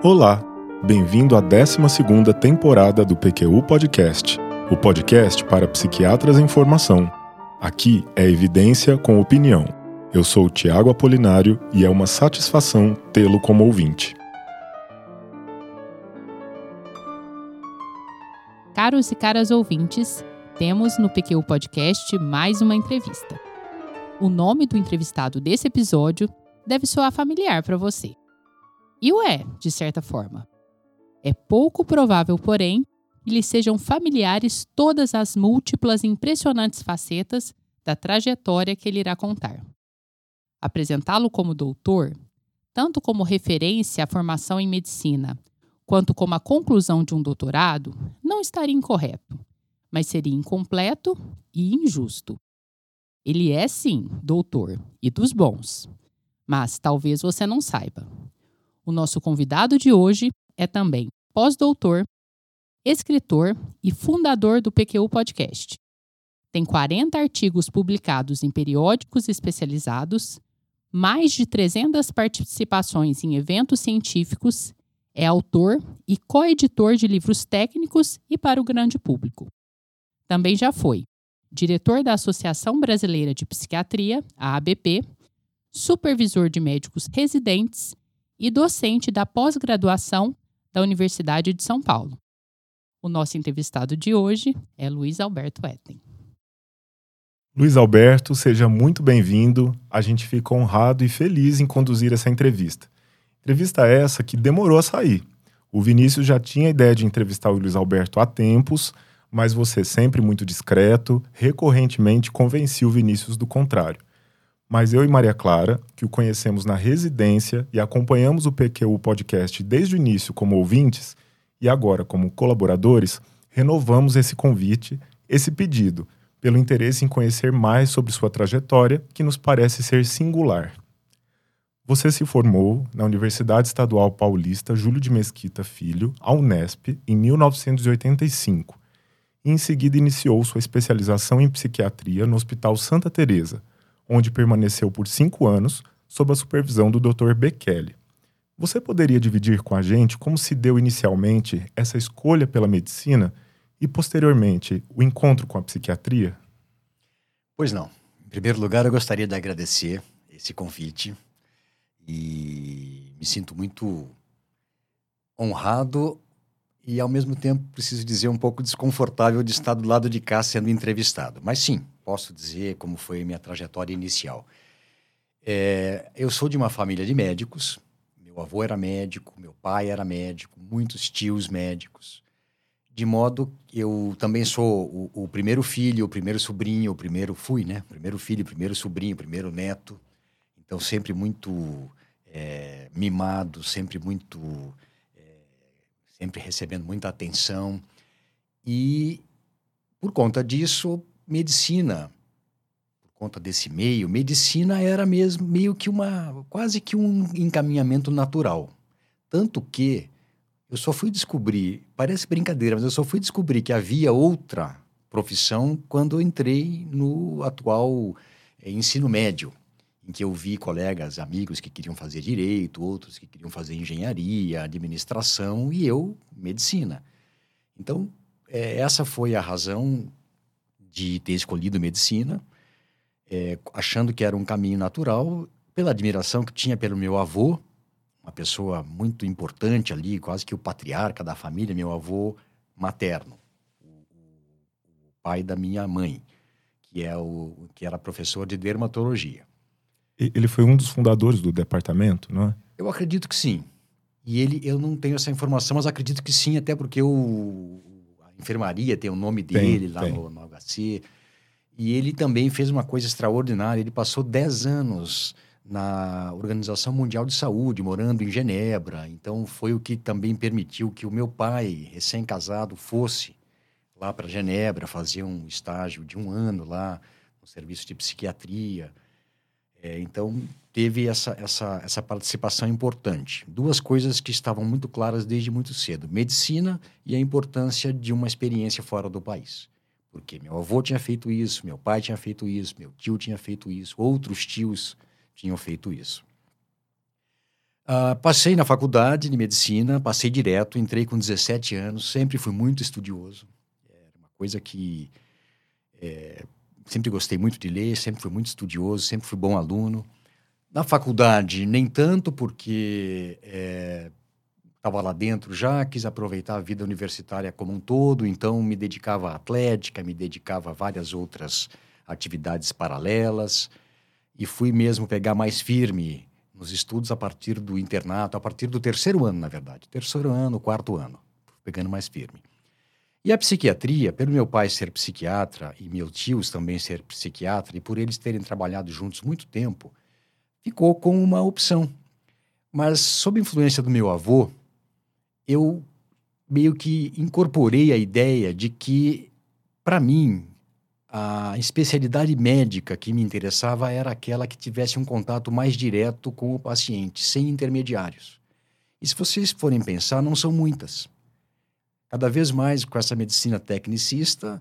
Olá, bem-vindo à 12ª temporada do PQU Podcast, o podcast para psiquiatras em formação. Aqui é evidência com opinião. Eu sou o Tiago Apolinário e é uma satisfação tê-lo como ouvinte. Caros e caras ouvintes, temos no PQU Podcast mais uma entrevista. O nome do entrevistado desse episódio deve soar familiar para você. E o é, de certa forma. É pouco provável, porém, que lhe sejam familiares todas as múltiplas e impressionantes facetas da trajetória que ele irá contar. Apresentá-lo como doutor, tanto como referência à formação em medicina, quanto como a conclusão de um doutorado, não estaria incorreto, mas seria incompleto e injusto. Ele é, sim, doutor, e dos bons, mas talvez você não saiba. O nosso convidado de hoje é também pós-doutor, escritor e fundador do PQU Podcast. Tem 40 artigos publicados em periódicos especializados, mais de 300 participações em eventos científicos, é autor e coeditor de livros técnicos e para o grande público. Também já foi diretor da Associação Brasileira de Psiquiatria, a ABP, supervisor de médicos residentes e docente da pós-graduação da Universidade de São Paulo. O nosso entrevistado de hoje é Luiz Alberto Ethem. Luiz Alberto, seja muito bem-vindo. A gente fica honrado e feliz em conduzir essa entrevista. Entrevista essa que demorou a sair. O Vinícius já tinha a ideia de entrevistar o Luiz Alberto há tempos, mas você, sempre muito discreto, recorrentemente convencia o Vinícius do contrário. Mas eu e Maria Clara, que o conhecemos na residência e acompanhamos o PQU Podcast desde o início como ouvintes e agora como colaboradores, renovamos esse convite, esse pedido, pelo interesse em conhecer mais sobre sua trajetória, que nos parece ser singular. Você se formou na Universidade Estadual Paulista Júlio de Mesquita Filho, a Unesp, em 1985, e em seguida iniciou sua especialização em psiquiatria no Hospital Santa Teresa, onde permaneceu por 5 anos sob a supervisão do Dr. Bekele. Você poderia dividir com a gente como se deu inicialmente essa escolha pela medicina e, posteriormente, o encontro com a psiquiatria? Pois não. Em primeiro lugar, eu gostaria de agradecer esse convite e me sinto muito honrado e, ao mesmo tempo, preciso dizer, um pouco desconfortável de estar do lado de cá sendo entrevistado. Mas sim, posso dizer como foi a minha trajetória inicial. Eu sou de uma família de médicos. Meu avô era médico, meu pai era médico, muitos tios médicos. De modo que eu também sou o primeiro filho, o primeiro sobrinho, o primeiro filho, o primeiro sobrinho, o primeiro neto. Então, sempre muito mimado, sempre recebendo muita atenção. E, por conta disso, medicina, por conta desse meio, medicina era mesmo meio que quase que um encaminhamento natural. Tanto que eu só fui descobrir, parece brincadeira, mas eu só fui descobrir que havia outra profissão quando eu entrei no atual ensino médio, em que eu vi colegas, amigos que queriam fazer direito, outros que queriam fazer engenharia, administração e eu, medicina. Então, essa foi a razão de ter escolhido medicina, achando que era um caminho natural, pela admiração que tinha pelo meu avô, uma pessoa muito importante ali, quase que o patriarca da família, meu avô materno, o pai da minha mãe, que era professor de dermatologia. Ele foi um dos fundadores do departamento, não é? Eu acredito que sim. E eu não tenho essa informação, mas acredito que sim, até porque a enfermaria tem o nome dele no HC. E ele também fez uma coisa extraordinária. Ele passou 10 anos na Organização Mundial de Saúde, morando em Genebra. Então, foi o que também permitiu que o meu pai, recém-casado, fosse lá para Genebra, fazer um estágio de 1 ano lá, no serviço de psiquiatria. Então, teve essa participação importante. 2 coisas que estavam muito claras desde muito cedo. Medicina e a importância de uma experiência fora do país. Porque meu avô tinha feito isso, meu pai tinha feito isso, meu tio tinha feito isso, outros tios tinham feito isso. Passei na faculdade de medicina, passei direto, entrei com 17 anos, sempre fui muito estudioso. Era uma coisa que sempre gostei muito de ler, sempre fui muito estudioso, sempre fui bom aluno. Na faculdade, nem tanto, porque estava lá dentro já, quis aproveitar a vida universitária como um todo, então me dedicava à atlética, me dedicava a várias outras atividades paralelas e fui mesmo pegar mais firme nos estudos a partir do internato, a partir do terceiro ano, na verdade. Terceiro ano, quarto ano, pegando mais firme. E a psiquiatria, pelo meu pai ser psiquiatra e meus tios também ser psiquiatra, e por eles terem trabalhado juntos muito tempo, ficou como uma opção. Mas, sob influência do meu avô, eu meio que incorporei a ideia de que, para mim, a especialidade médica que me interessava era aquela que tivesse um contato mais direto com o paciente, sem intermediários. E se vocês forem pensar, não são muitas. Cada vez mais, com essa medicina tecnicista,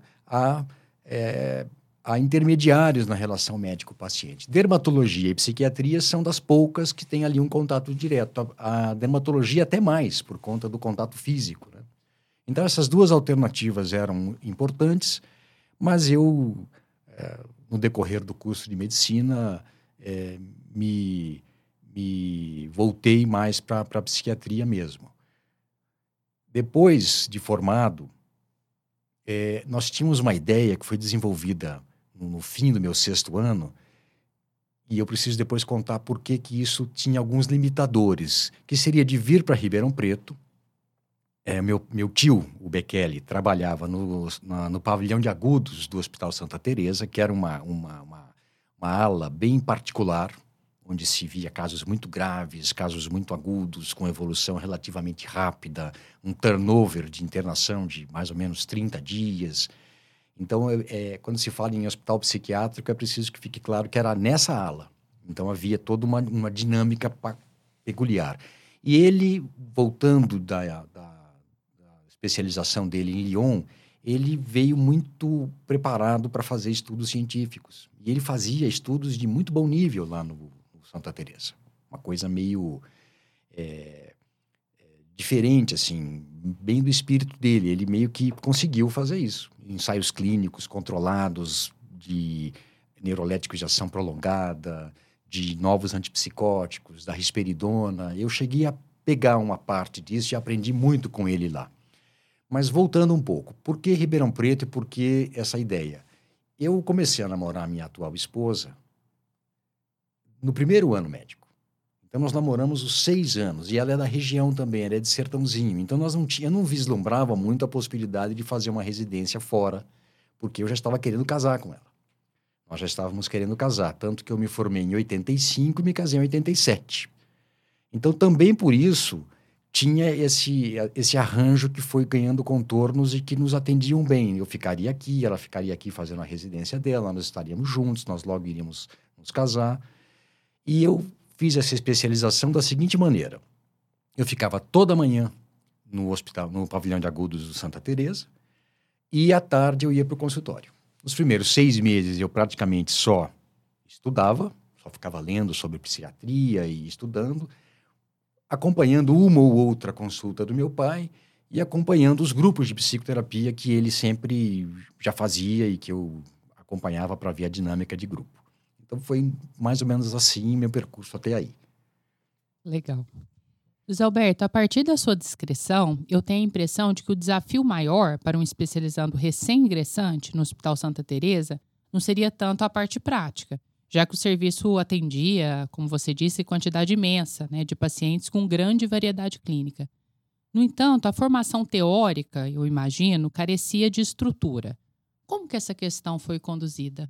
há intermediários na relação médico-paciente. Dermatologia e psiquiatria são das poucas que têm ali um contato direto. A dermatologia até mais, por conta do contato físico, né? Então, essas duas alternativas eram importantes, mas eu, no decorrer do curso de medicina, me voltei mais para a psiquiatria mesmo. Depois de formado, nós tínhamos uma ideia que foi desenvolvida no fim do meu sexto ano, e eu preciso depois contar por que isso tinha alguns limitadores, que seria de vir para Ribeirão Preto. Meu tio, o Bekele, trabalhava no pavilhão de agudos do Hospital Santa Teresa, que era uma ala bem particular, onde se via casos muito graves, casos muito agudos, com evolução relativamente rápida, um turnover de internação de mais ou menos 30 dias. Então, quando se fala em hospital psiquiátrico, é preciso que fique claro que era nessa ala. Então, havia toda uma dinâmica peculiar. E ele, voltando da especialização dele em Lyon, ele veio muito preparado para fazer estudos científicos. E ele fazia estudos de muito bom nível lá no Santa Teresa. Uma coisa meio diferente, assim, bem do espírito dele. Ele meio que conseguiu fazer isso. Ensaios clínicos controlados, de neuroléticos de ação prolongada, de novos antipsicóticos, da risperidona. Eu cheguei a pegar uma parte disso e aprendi muito com ele lá. Mas voltando um pouco, por que Ribeirão Preto e por que essa ideia? Eu comecei a namorar a minha atual esposa no primeiro ano médico. Então, nós namoramos os 6 anos. E ela é da região também, ela é de Sertãozinho. Então, eu não vislumbrava muito a possibilidade de fazer uma residência fora, porque eu já estava querendo casar com ela. Nós já estávamos querendo casar, tanto que eu me formei em 85 e me casei em 87. Então, também por isso, tinha esse arranjo que foi ganhando contornos e que nos atendiam bem. Eu ficaria aqui, ela ficaria aqui fazendo a residência dela, nós estaríamos juntos, nós logo iríamos nos casar. E eu fiz essa especialização da seguinte maneira. Eu ficava toda manhã no hospital, no pavilhão de agudos do Santa Teresa, e à tarde eu ia para o consultório. Nos primeiros 6 meses eu praticamente só estudava, só ficava lendo sobre psiquiatria e estudando, acompanhando uma ou outra consulta do meu pai e acompanhando os grupos de psicoterapia que ele sempre já fazia e que eu acompanhava para ver a dinâmica de grupo. Então, foi mais ou menos assim meu percurso até aí. Legal. Luiz Alberto, a partir da sua descrição, eu tenho a impressão de que o desafio maior para um especializando recém-ingressante no Hospital Santa Teresa não seria tanto a parte prática, já que o serviço atendia, como você disse, quantidade imensa, né, de pacientes com grande variedade clínica. No entanto, a formação teórica, eu imagino, carecia de estrutura. Como que essa questão foi conduzida?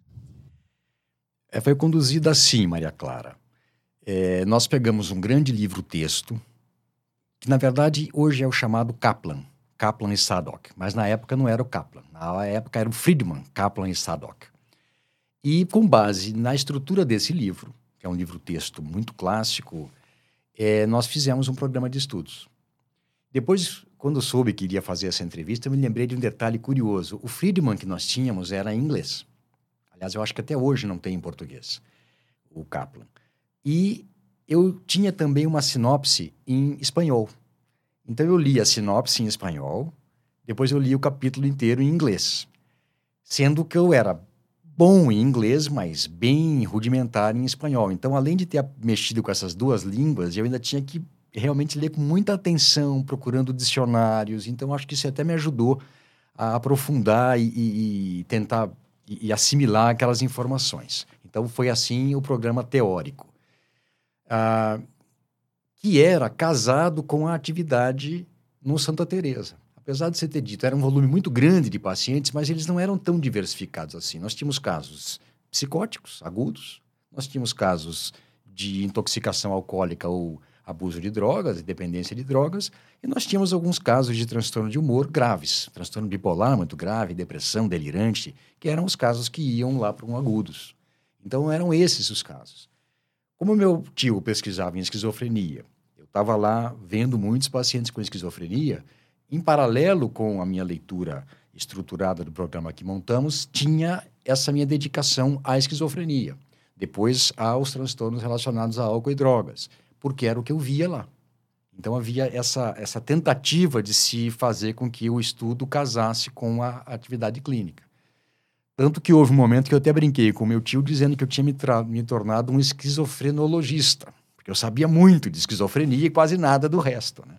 Foi conduzida assim, Maria Clara. Nós pegamos um grande livro-texto, que na verdade hoje é o chamado Kaplan e Sadok, mas na época não era o Kaplan, na época era o Friedman, Kaplan e Sadok. E com base na estrutura desse livro, que é um livro-texto muito clássico, nós fizemos um programa de estudos. Depois, quando eu soube que iria fazer essa entrevista, eu me lembrei de um detalhe curioso. O Friedman que nós tínhamos era em inglês. Aliás, eu acho que até hoje não tem em português, o Kaplan. E eu tinha também uma sinopse em espanhol. Então, eu li a sinopse em espanhol, depois eu li o capítulo inteiro em inglês. Sendo que eu era bom em inglês, mas bem rudimentar em espanhol. Então, além de ter mexido com essas duas línguas, eu ainda tinha que realmente ler com muita atenção, procurando dicionários. Então, acho que isso até me ajudou a aprofundar e tentar e assimilar aquelas informações. Então, foi assim o programa teórico. Que era casado com a atividade no Santa Teresa. Apesar de você ter dito, era um volume muito grande de pacientes, mas eles não eram tão diversificados assim. Nós tínhamos casos psicóticos, agudos, nós tínhamos casos de intoxicação alcoólica ou abuso de drogas, dependência de drogas, e nós tínhamos alguns casos de transtorno de humor graves, transtorno bipolar muito grave, depressão delirante, que eram os casos que iam lá para um agudos. Então, eram esses os casos. Como meu tio pesquisava em esquizofrenia, eu estava lá vendo muitos pacientes com esquizofrenia. Em paralelo com a minha leitura estruturada do programa que montamos, tinha essa minha dedicação à esquizofrenia. Depois, aos transtornos relacionados a álcool e drogas, porque era o que eu via lá. Então, havia essa tentativa de se fazer com que o estudo casasse com a atividade clínica. Tanto que houve um momento que eu até brinquei com meu tio dizendo que eu tinha me tornado um esquizofrenologista, porque eu sabia muito de esquizofrenia e quase nada do resto, né?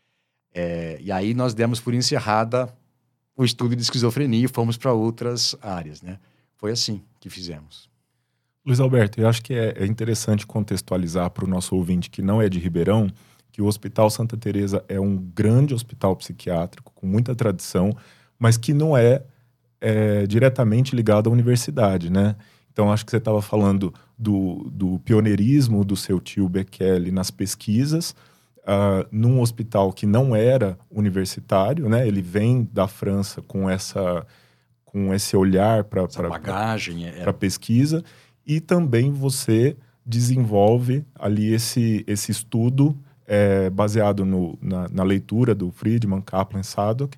E aí nós demos por encerrada o estudo de esquizofrenia e fomos para outras áreas, né? Foi assim que fizemos. Luiz Alberto, eu acho que é interessante contextualizar para o nosso ouvinte que não é de Ribeirão, que o Hospital Santa Teresa é um grande hospital psiquiátrico com muita tradição, mas que não é diretamente ligado à universidade, né? Então, acho que você estava falando do pioneirismo do seu tio Bekele nas pesquisas, num hospital que não era universitário, né? Ele vem da França com esse olhar para a pesquisa, e também você desenvolve ali esse estudo baseado na leitura do Friedman, Kaplan, Sadok,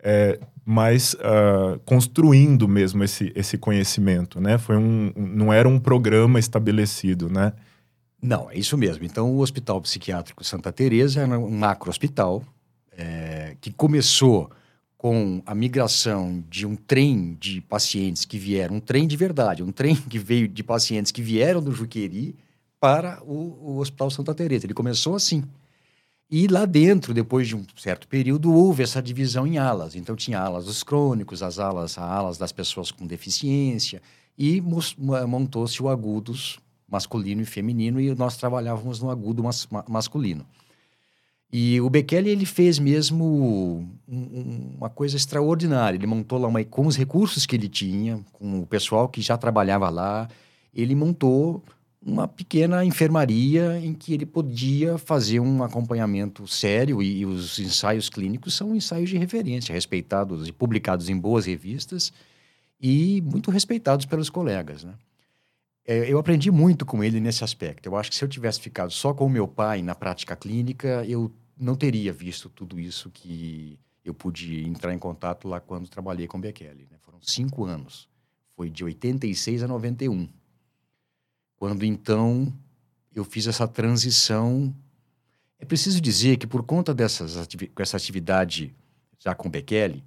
mas construindo mesmo esse conhecimento, né? Não era um programa estabelecido, né? Não, é isso mesmo. Então, o Hospital Psiquiátrico Santa Teresa era um macro-hospital que começou com a migração de um trem de pacientes que vieram, um trem de verdade, um trem que veio de pacientes que vieram do Juqueri para o Hospital Santa Teresa. Ele começou assim. E lá dentro, depois de um certo período, houve essa divisão em alas. Então, tinha alas dos crônicos, as alas das pessoas com deficiência, e montou-se o agudos masculino e feminino, e nós trabalhávamos no agudo masculino. E o Bekele, ele fez mesmo uma coisa extraordinária. Ele montou lá, com os recursos que ele tinha, com o pessoal que já trabalhava lá, ele montou uma pequena enfermaria em que ele podia fazer um acompanhamento sério, e os ensaios clínicos são ensaios de referência, respeitados e publicados em boas revistas e muito respeitados pelos colegas, né? Eu aprendi muito com ele nesse aspecto. Eu acho que se eu tivesse ficado só com o meu pai na prática clínica, eu não teria visto tudo isso que eu pude entrar em contato lá quando trabalhei com o Bekele, né? Foram 5 anos. Foi de 86 a 91. Quando, então, eu fiz essa transição. É preciso dizer que, por conta dessa atividade já com o Bekele,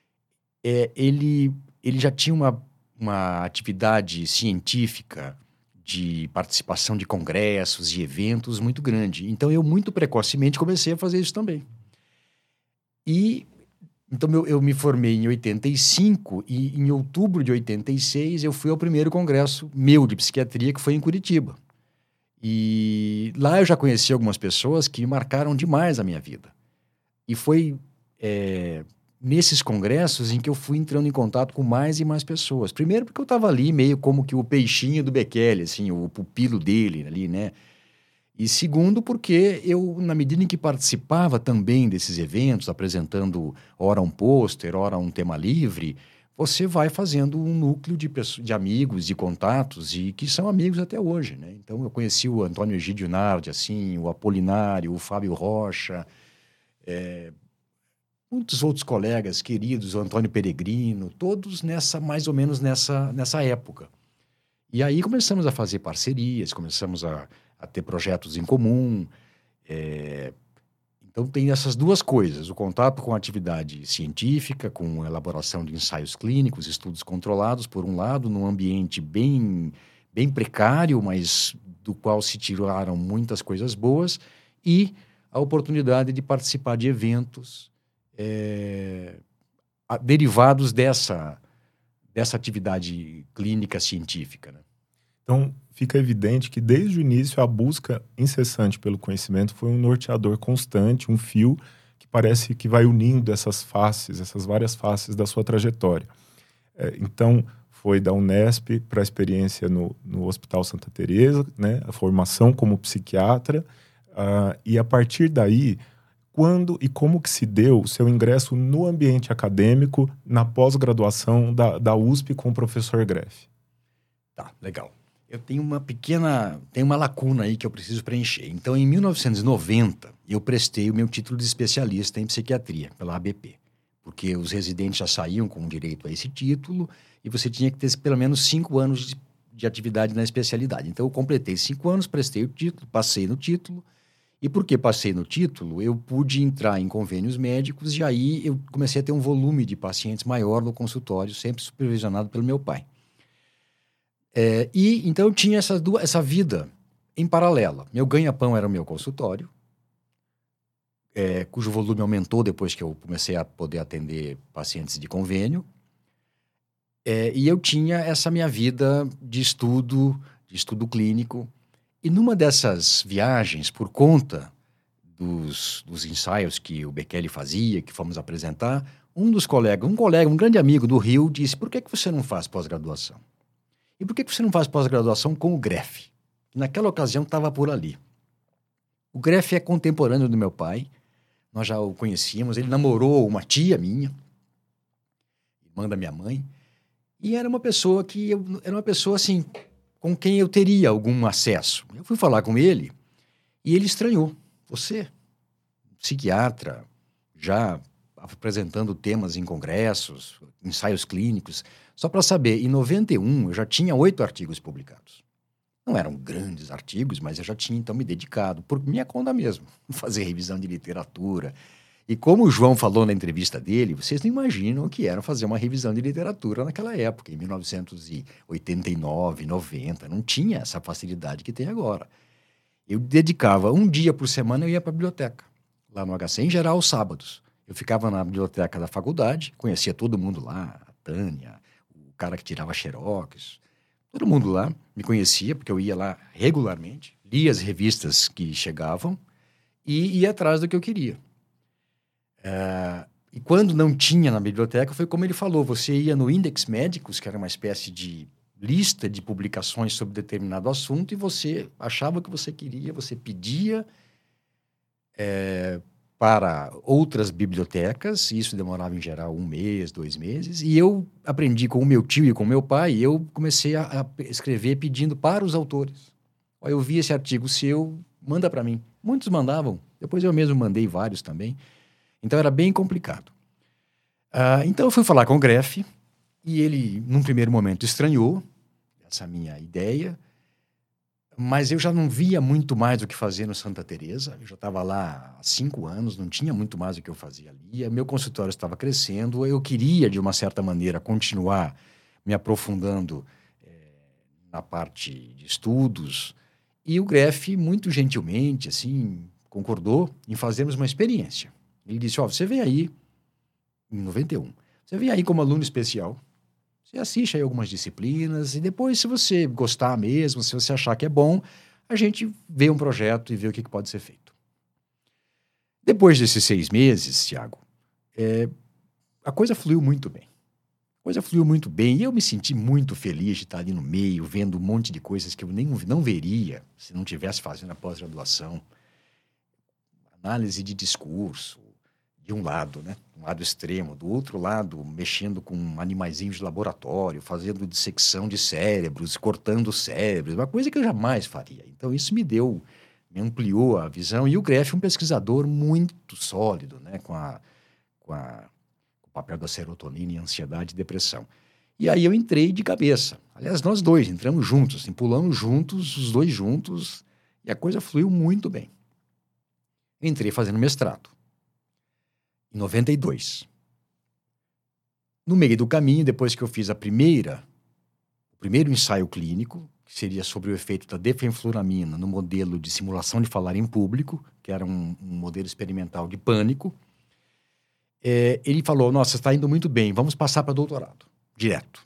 ele já tinha uma atividade científica de participação de congressos e eventos muito grande. Então, eu muito precocemente comecei a fazer isso também. Então, eu me formei em 85 e em outubro de 86 eu fui ao primeiro congresso meu de psiquiatria, que foi em Curitiba. E lá eu já conheci algumas pessoas que marcaram demais a minha vida. E foi nesses congressos em que eu fui entrando em contato com mais e mais pessoas. Primeiro porque eu estava ali meio como que o peixinho do Bekele, assim, o pupilo dele ali, né? E segundo porque eu, na medida em que participava também desses eventos, apresentando ora um pôster, ora um tema livre, você vai fazendo um núcleo de amigos, de contatos, e que são amigos até hoje, né? Então, eu conheci o Antônio Egídio Nardi, assim, o Apolinário, o Fábio Rocha, muitos outros colegas queridos, o Antônio Peregrino, todos mais ou menos nessa época. E aí começamos a fazer parcerias, começamos a ter projetos em comum. Então tem essas duas coisas, o contato com a atividade científica, com a elaboração de ensaios clínicos, estudos controlados, por um lado, num ambiente bem precário, mas do qual se tiraram muitas coisas boas, e a oportunidade de participar de eventos derivados dessa atividade clínica científica, né? Então, fica evidente que desde o início a busca incessante pelo conhecimento foi um norteador constante, um fio que parece que vai unindo essas várias faces da sua trajetória. Então, foi da Unesp para a experiência no Hospital Santa Teresa, né, a formação como psiquiatra, e a partir daí, quando e como que se deu o seu ingresso no ambiente acadêmico na pós-graduação da USP com o professor Greff? Tá, legal. Eu tenho uma lacuna aí que eu preciso preencher. Então, em 1990, eu prestei o meu título de especialista em psiquiatria pela ABP, porque os residentes já saíam com direito a esse título e você tinha que ter pelo menos 5 anos de atividade na especialidade. Então, eu completei 5 anos, prestei o título, passei no título, e porque passei no título, eu pude entrar em convênios médicos e aí eu comecei a ter um volume de pacientes maior no consultório, sempre supervisionado pelo meu pai. E então eu tinha essa vida em paralela. Meu ganha-pão era o meu consultório, cujo volume aumentou depois que eu comecei a poder atender pacientes de convênio. E eu tinha essa minha vida de estudo clínico. E numa dessas viagens, por conta dos ensaios que o Bekele fazia, que fomos apresentar, um grande amigo do Rio, disse: por que você não faz pós-graduação? E por que você não faz pós-graduação com o Greff? Que naquela ocasião estava por ali. O Greff é contemporâneo do meu pai, nós já o conhecíamos, ele namorou uma tia minha, irmã da minha mãe, e era uma pessoa assim, com quem eu teria algum acesso. Eu fui falar com ele e ele estranhou. Você, psiquiatra, já apresentando temas em congressos, ensaios clínicos. Só para saber, em 91 eu já tinha 8 artigos publicados. Não eram grandes artigos, mas eu já tinha então me dedicado, por minha conta mesmo, fazer revisão de literatura. E como o João falou na entrevista dele, vocês não imaginam o que era fazer uma revisão de literatura naquela época, em 1989, 90. Não tinha essa facilidade que tem agora. Eu dedicava um dia por semana, eu ia para a biblioteca, lá no HC, em geral, aos sábados. Eu ficava na biblioteca da faculdade, conhecia todo mundo lá, a Tânia, o cara que tirava xerox, todo mundo lá me conhecia, porque eu ia lá regularmente, lia as revistas que chegavam e ia atrás do que eu queria. E quando não tinha na biblioteca, foi como ele falou, você ia no Index Médicos, que era uma espécie de lista de publicações sobre determinado assunto, e você achava o que você queria, você pedia para outras bibliotecas, e isso demorava em geral 1 mês, 2 meses, e eu aprendi com o meu tio e com o meu pai, e eu comecei a escrever pedindo para os autores. Eu vi esse artigo seu, manda para mim. Muitos mandavam, depois eu mesmo mandei vários também, então era bem complicado. Então eu fui falar com o Greff, e ele, num primeiro momento, estranhou essa minha ideia, mas eu já não via muito mais o que fazer no Santa Teresa. Eu já estava lá há 5 anos, não tinha muito mais o que eu fazia ali. Meu consultório estava crescendo, eu queria, de uma certa maneira, continuar me aprofundando na parte de estudos. E o Greff, muito gentilmente, assim, concordou em fazermos uma experiência. Ele disse: você vem aí, em 91, você vem aí como aluno especial, você assiste aí algumas disciplinas e depois, se você gostar mesmo, se você achar que é bom, a gente vê um projeto e vê o que pode ser feito. Depois desses 6 meses, Tiago, a coisa fluiu muito bem. E eu me senti muito feliz de estar ali no meio, vendo um monte de coisas que eu não veria se não tivesse fazendo a pós-graduação. Análise de discurso, de um lado, né? Um lado extremo. Do outro lado, mexendo com animaizinhos de laboratório, fazendo dissecção de cérebros, cortando cérebros, uma coisa que eu jamais faria. Então, isso me ampliou a visão. E o Greff é um pesquisador muito sólido, né? Com o papel da serotonina em ansiedade e depressão. E aí eu entrei de cabeça. Aliás, nós dois entramos juntos, assim, pulamos juntos, os dois juntos, e a coisa fluiu muito bem. Entrei fazendo mestrado, em 92. No meio do caminho, depois que eu fiz o primeiro ensaio clínico, que seria sobre o efeito da defenfluramina no modelo de simulação de falar em público, que era um modelo experimental de pânico, ele falou, nossa, está indo muito bem, vamos passar para doutorado, direto.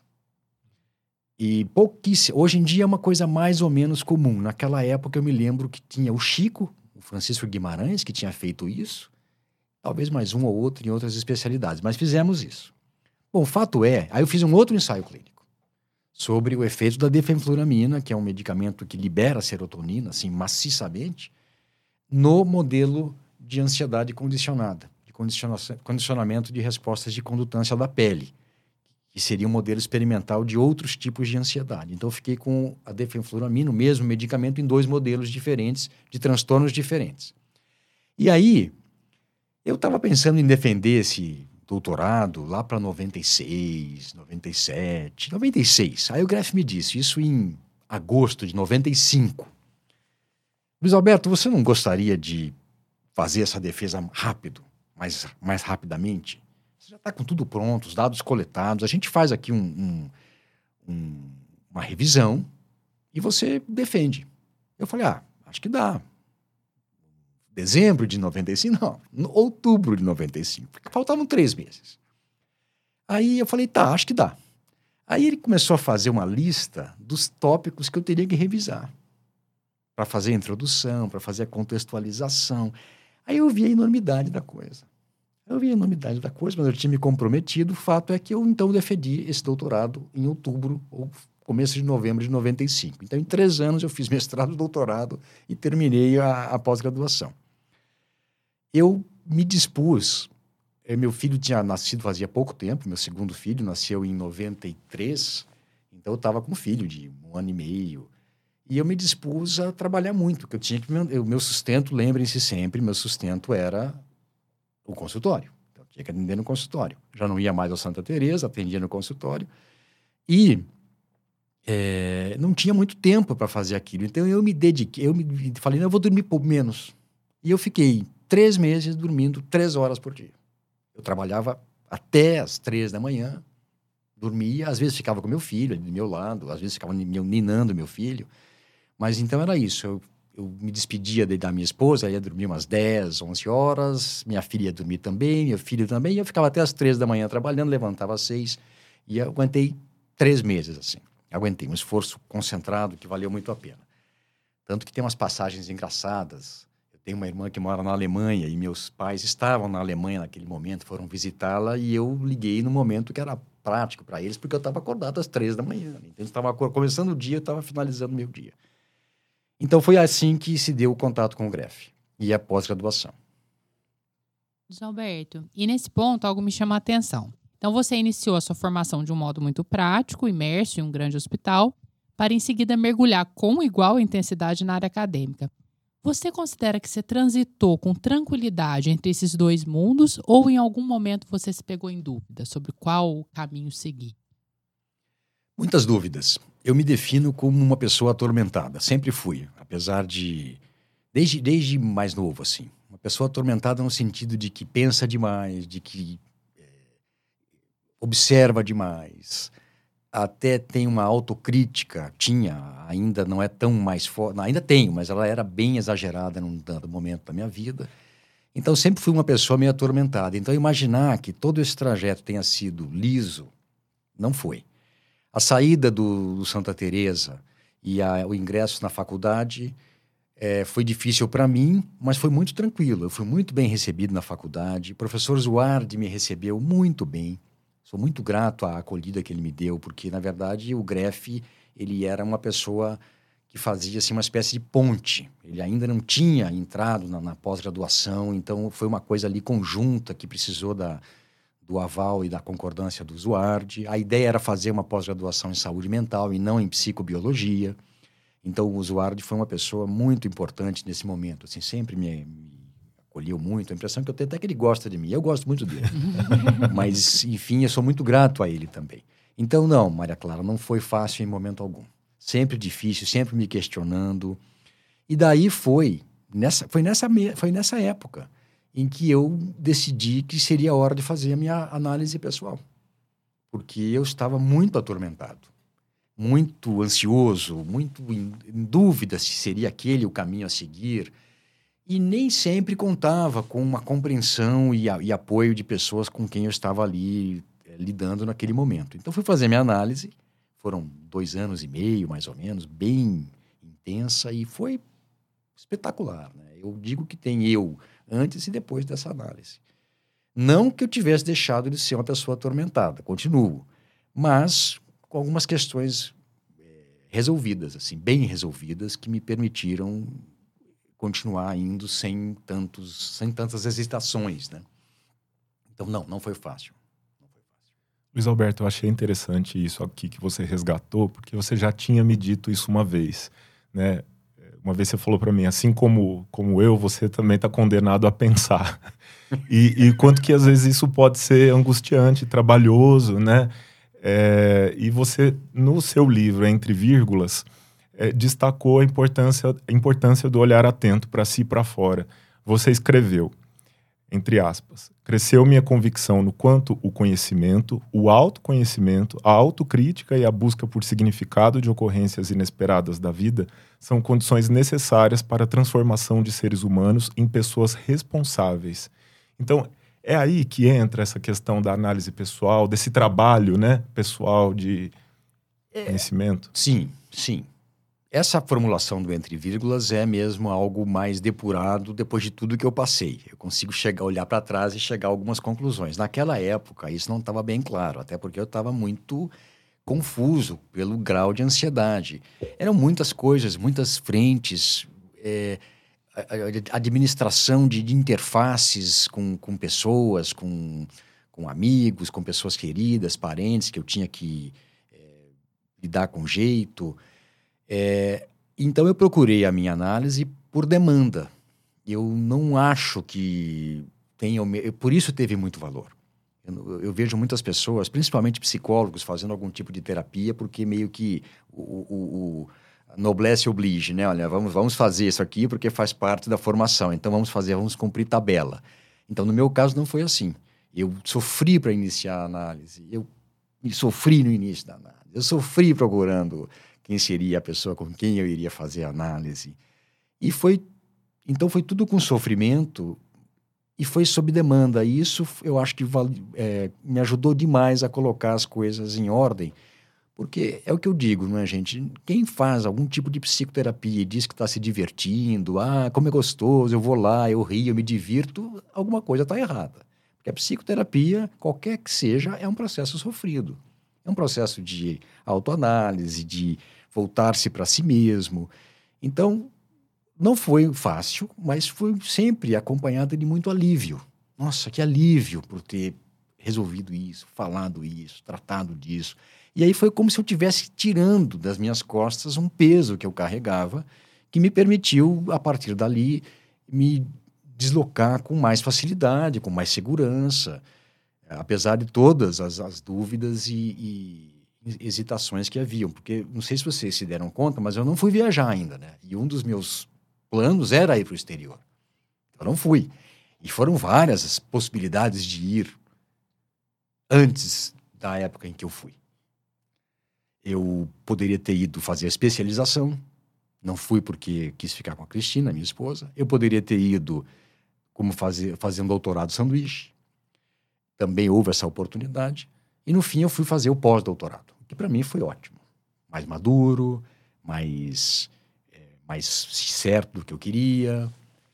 E hoje em dia é uma coisa mais ou menos comum. Naquela época eu me lembro que tinha o Chico, o Francisco Guimarães, que tinha feito isso, talvez mais um ou outro em outras especialidades, mas fizemos isso. Bom, o fato aí eu fiz um outro ensaio clínico sobre o efeito da defenfluramina, que é um medicamento que libera serotonina, assim, maciçamente, no modelo de ansiedade condicionada, de condicionamento de respostas de condutância da pele, que seria um modelo experimental de outros tipos de ansiedade. Então, eu fiquei com a defenfluramina, o mesmo medicamento, em 2 modelos diferentes, de transtornos diferentes. E aí, eu estava pensando em defender esse doutorado lá para 96, 97, 96. Aí o Greff me disse, isso em agosto de 95. Luiz Alberto, você não gostaria de fazer essa defesa rápido, mais rapidamente? Você já está com tudo pronto, os dados coletados, a gente faz aqui uma revisão e você defende. Eu falei, acho que dá. Dezembro de 95? Não, outubro de 95, porque faltavam 3 meses. Aí eu falei, tá, acho que dá. Aí ele começou a fazer uma lista dos tópicos que eu teria que revisar, para fazer a introdução, para fazer a contextualização. Aí eu vi a enormidade da coisa. Mas eu tinha me comprometido. O fato é que eu, então, defendi esse doutorado em outubro, ou começo de novembro de 95. Então, em 3 anos, eu fiz mestrado, doutorado e terminei a pós-graduação. Eu me dispus... meu filho tinha nascido fazia pouco tempo, meu segundo filho nasceu em 93, então eu estava com um filho de 1 ano e meio. E eu me dispus a trabalhar muito, porque eu tinha que... O meu sustento, lembrem-se sempre, meu sustento era o consultório. Então, eu tinha que atender no consultório. Já não ia mais ao Santa Teresa, atendia no consultório. E não tinha muito tempo para fazer aquilo. Então, eu me dediquei, falei, não, eu vou dormir pouco menos. E eu fiquei 3 meses dormindo 3 horas por dia. Eu trabalhava até as 3 da manhã, dormia, às vezes ficava com meu filho do meu lado, às vezes ficava ninando meu filho. Mas então era isso, eu me despedia da minha esposa, ia dormir umas 10, 11 horas, minha filha ia dormir também, meu filho também, e eu ficava até as 3 da manhã trabalhando, levantava às 6, e eu aguentei 3 meses assim. Aguentei um esforço concentrado que valeu muito a pena. Tanto que tem umas passagens engraçadas. Eu tenho uma irmã que mora na Alemanha e meus pais estavam na Alemanha naquele momento, foram visitá-la e eu liguei no momento que era prático para eles, porque eu estava acordado às 3 da manhã. Então, estava começando o dia, eu estava finalizando o meu dia. Então, foi assim que se deu o contato com o Greff e a pós-graduação. Luiz Alberto, e nesse ponto algo me chama a atenção. Então, você iniciou a sua formação de um modo muito prático, imerso em um grande hospital, para em seguida mergulhar com igual intensidade na área acadêmica. Você considera que você transitou com tranquilidade entre esses 2 mundos ou em algum momento você se pegou em dúvida sobre qual caminho seguir? Muitas dúvidas. Eu me defino como uma pessoa atormentada. Sempre fui, apesar de... Desde mais novo, assim. Uma pessoa atormentada no sentido de que pensa demais, de que observa demais. Até tem uma autocrítica, ainda não é tão mais forte, ainda tenho, mas ela era bem exagerada num dado momento da minha vida. Então, sempre fui uma pessoa meio atormentada. Então, imaginar que todo esse trajeto tenha sido liso, não foi. A saída do Santa Teresa e o ingresso na faculdade foi difícil para mim, mas foi muito tranquilo. Eu fui muito bem recebido na faculdade. O professor Zuardi me recebeu muito bem. Sou muito grato à acolhida que ele me deu, porque, na verdade, o Greff, ele era uma pessoa que fazia assim, uma espécie de ponte. Ele ainda não tinha entrado na pós-graduação, então foi uma coisa ali conjunta que precisou do aval e da concordância do Zuardi. A ideia era fazer uma pós-graduação em saúde mental e não em psicobiologia. Então, o Zuardi foi uma pessoa muito importante nesse momento. Assim, sempre me acolheu muito. A impressão que eu tenho até que ele gosta de mim. Eu gosto muito dele. Mas, enfim, eu sou muito grato a ele também. Então, não, Maria Clara, não foi fácil em momento algum. Sempre difícil, sempre me questionando. E daí foi nessa época em que eu decidi que seria a hora de fazer a minha análise pessoal. Porque eu estava muito atormentado, muito ansioso, muito em dúvida se seria aquele o caminho a seguir. E nem sempre contava com uma compreensão e apoio de pessoas com quem eu estava ali lidando naquele momento. Então, fui fazer minha análise. Foram 2 anos e meio, mais ou menos, bem intensa, e foi espetacular, né? Eu digo que tem eu antes e depois dessa análise. Não que eu tivesse deixado de ser uma pessoa atormentada, continuo, mas com algumas questões resolvidas, assim, bem resolvidas, que me permitiram continuar indo sem tantas hesitações, né? Então, não foi fácil. Luiz Alberto, eu achei interessante isso aqui que você resgatou, porque você já tinha me dito isso uma vez, né? Uma vez você falou para mim, assim como eu, você também está condenado a pensar. E quanto que às vezes isso pode ser angustiante, trabalhoso, né? E você, no seu livro, Entre Vírgulas, destacou a importância do olhar atento para si e para fora. Você escreveu, entre aspas, cresceu minha convicção no quanto o conhecimento, o autoconhecimento, a autocrítica e a busca por significado de ocorrências inesperadas da vida são condições necessárias para a transformação de seres humanos em pessoas responsáveis. Então, é aí que entra essa questão da análise pessoal, desse trabalho, né, pessoal de conhecimento? Sim. Essa formulação do entre vírgulas é mesmo algo mais depurado depois de tudo que eu passei. Eu consigo olhar para trás e chegar a algumas conclusões. Naquela época, isso não estava bem claro, até porque eu estava muito confuso pelo grau de ansiedade. Eram muitas coisas, muitas frentes, administração de interfaces com pessoas, com amigos, com pessoas queridas, parentes que eu tinha que lidar com jeito. Então, eu procurei a minha análise por demanda. Eu não acho que tenha... Por isso teve muito valor. Eu vejo muitas pessoas, principalmente psicólogos, fazendo algum tipo de terapia, porque meio que o noblesse oblige, né? Olha, vamos fazer isso aqui porque faz parte da formação. Então, vamos cumprir tabela. Então, no meu caso, não foi assim. Eu sofri para iniciar a análise. Eu sofri no início da análise. Eu sofri procurando quem seria a pessoa com quem eu iria fazer a análise. Então foi tudo com sofrimento e foi sob demanda. E isso eu acho que me ajudou demais a colocar as coisas em ordem, porque é o que eu digo, não é, gente? Quem faz algum tipo de psicoterapia e diz que está se divertindo, como é gostoso, eu vou lá, eu rio, eu me divirto, alguma coisa está errada. Porque a psicoterapia, qualquer que seja, é um processo sofrido. É um processo de autoanálise, de voltar-se para si mesmo. Então, não foi fácil, mas foi sempre acompanhada de muito alívio. Nossa, que alívio por ter resolvido isso, falado isso, tratado disso. E aí foi como se eu estivesse tirando das minhas costas um peso que eu carregava, que me permitiu, a partir dali, me deslocar com mais facilidade, com mais segurança, apesar de todas as dúvidas e hesitações que haviam, porque não sei se vocês se deram conta, mas eu não fui viajar ainda, né? E um dos meus planos era ir para o exterior. Eu não fui. E foram várias as possibilidades de ir antes da época em que eu fui. Eu poderia ter ido fazer a especialização, não fui porque quis ficar com a Cristina, minha esposa. Eu poderia ter ido como fazer um doutorado sanduíche. Também houve essa oportunidade. E, no fim, eu fui fazer o pós-doutorado, que para mim foi ótimo. Mais maduro, mais certo do que eu queria.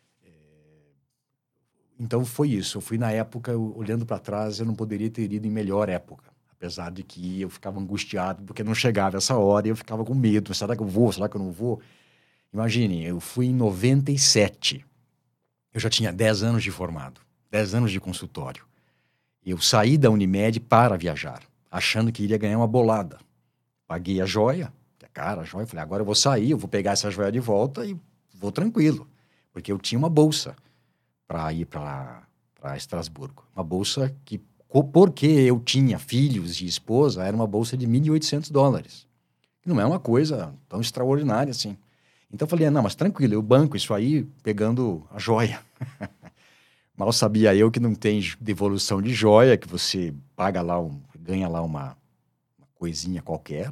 Então, foi isso. Eu fui, na época, olhando para trás, eu não poderia ter ido em melhor época. Apesar de que eu ficava angustiado, porque não chegava essa hora e eu ficava com medo. Será que eu vou? Será que eu não vou? Imaginem, eu fui em 97. Eu já tinha 10 anos de formado, 10 anos de consultório. Eu saí da Unimed para viajar, achando que iria ganhar uma bolada. Paguei a joia, que é cara a joia. Falei, agora eu vou sair, eu vou pegar essa joia de volta e vou tranquilo. Porque eu tinha uma bolsa para ir para Estrasburgo. Uma bolsa que porque eu tinha filhos e esposa, era uma bolsa de $1.800. Não é uma coisa tão extraordinária assim. Então eu falei, não, mas tranquilo, eu banco isso aí pegando a joia. Mal sabia eu que não tem devolução de joia, que você paga lá, ganha lá uma coisinha qualquer.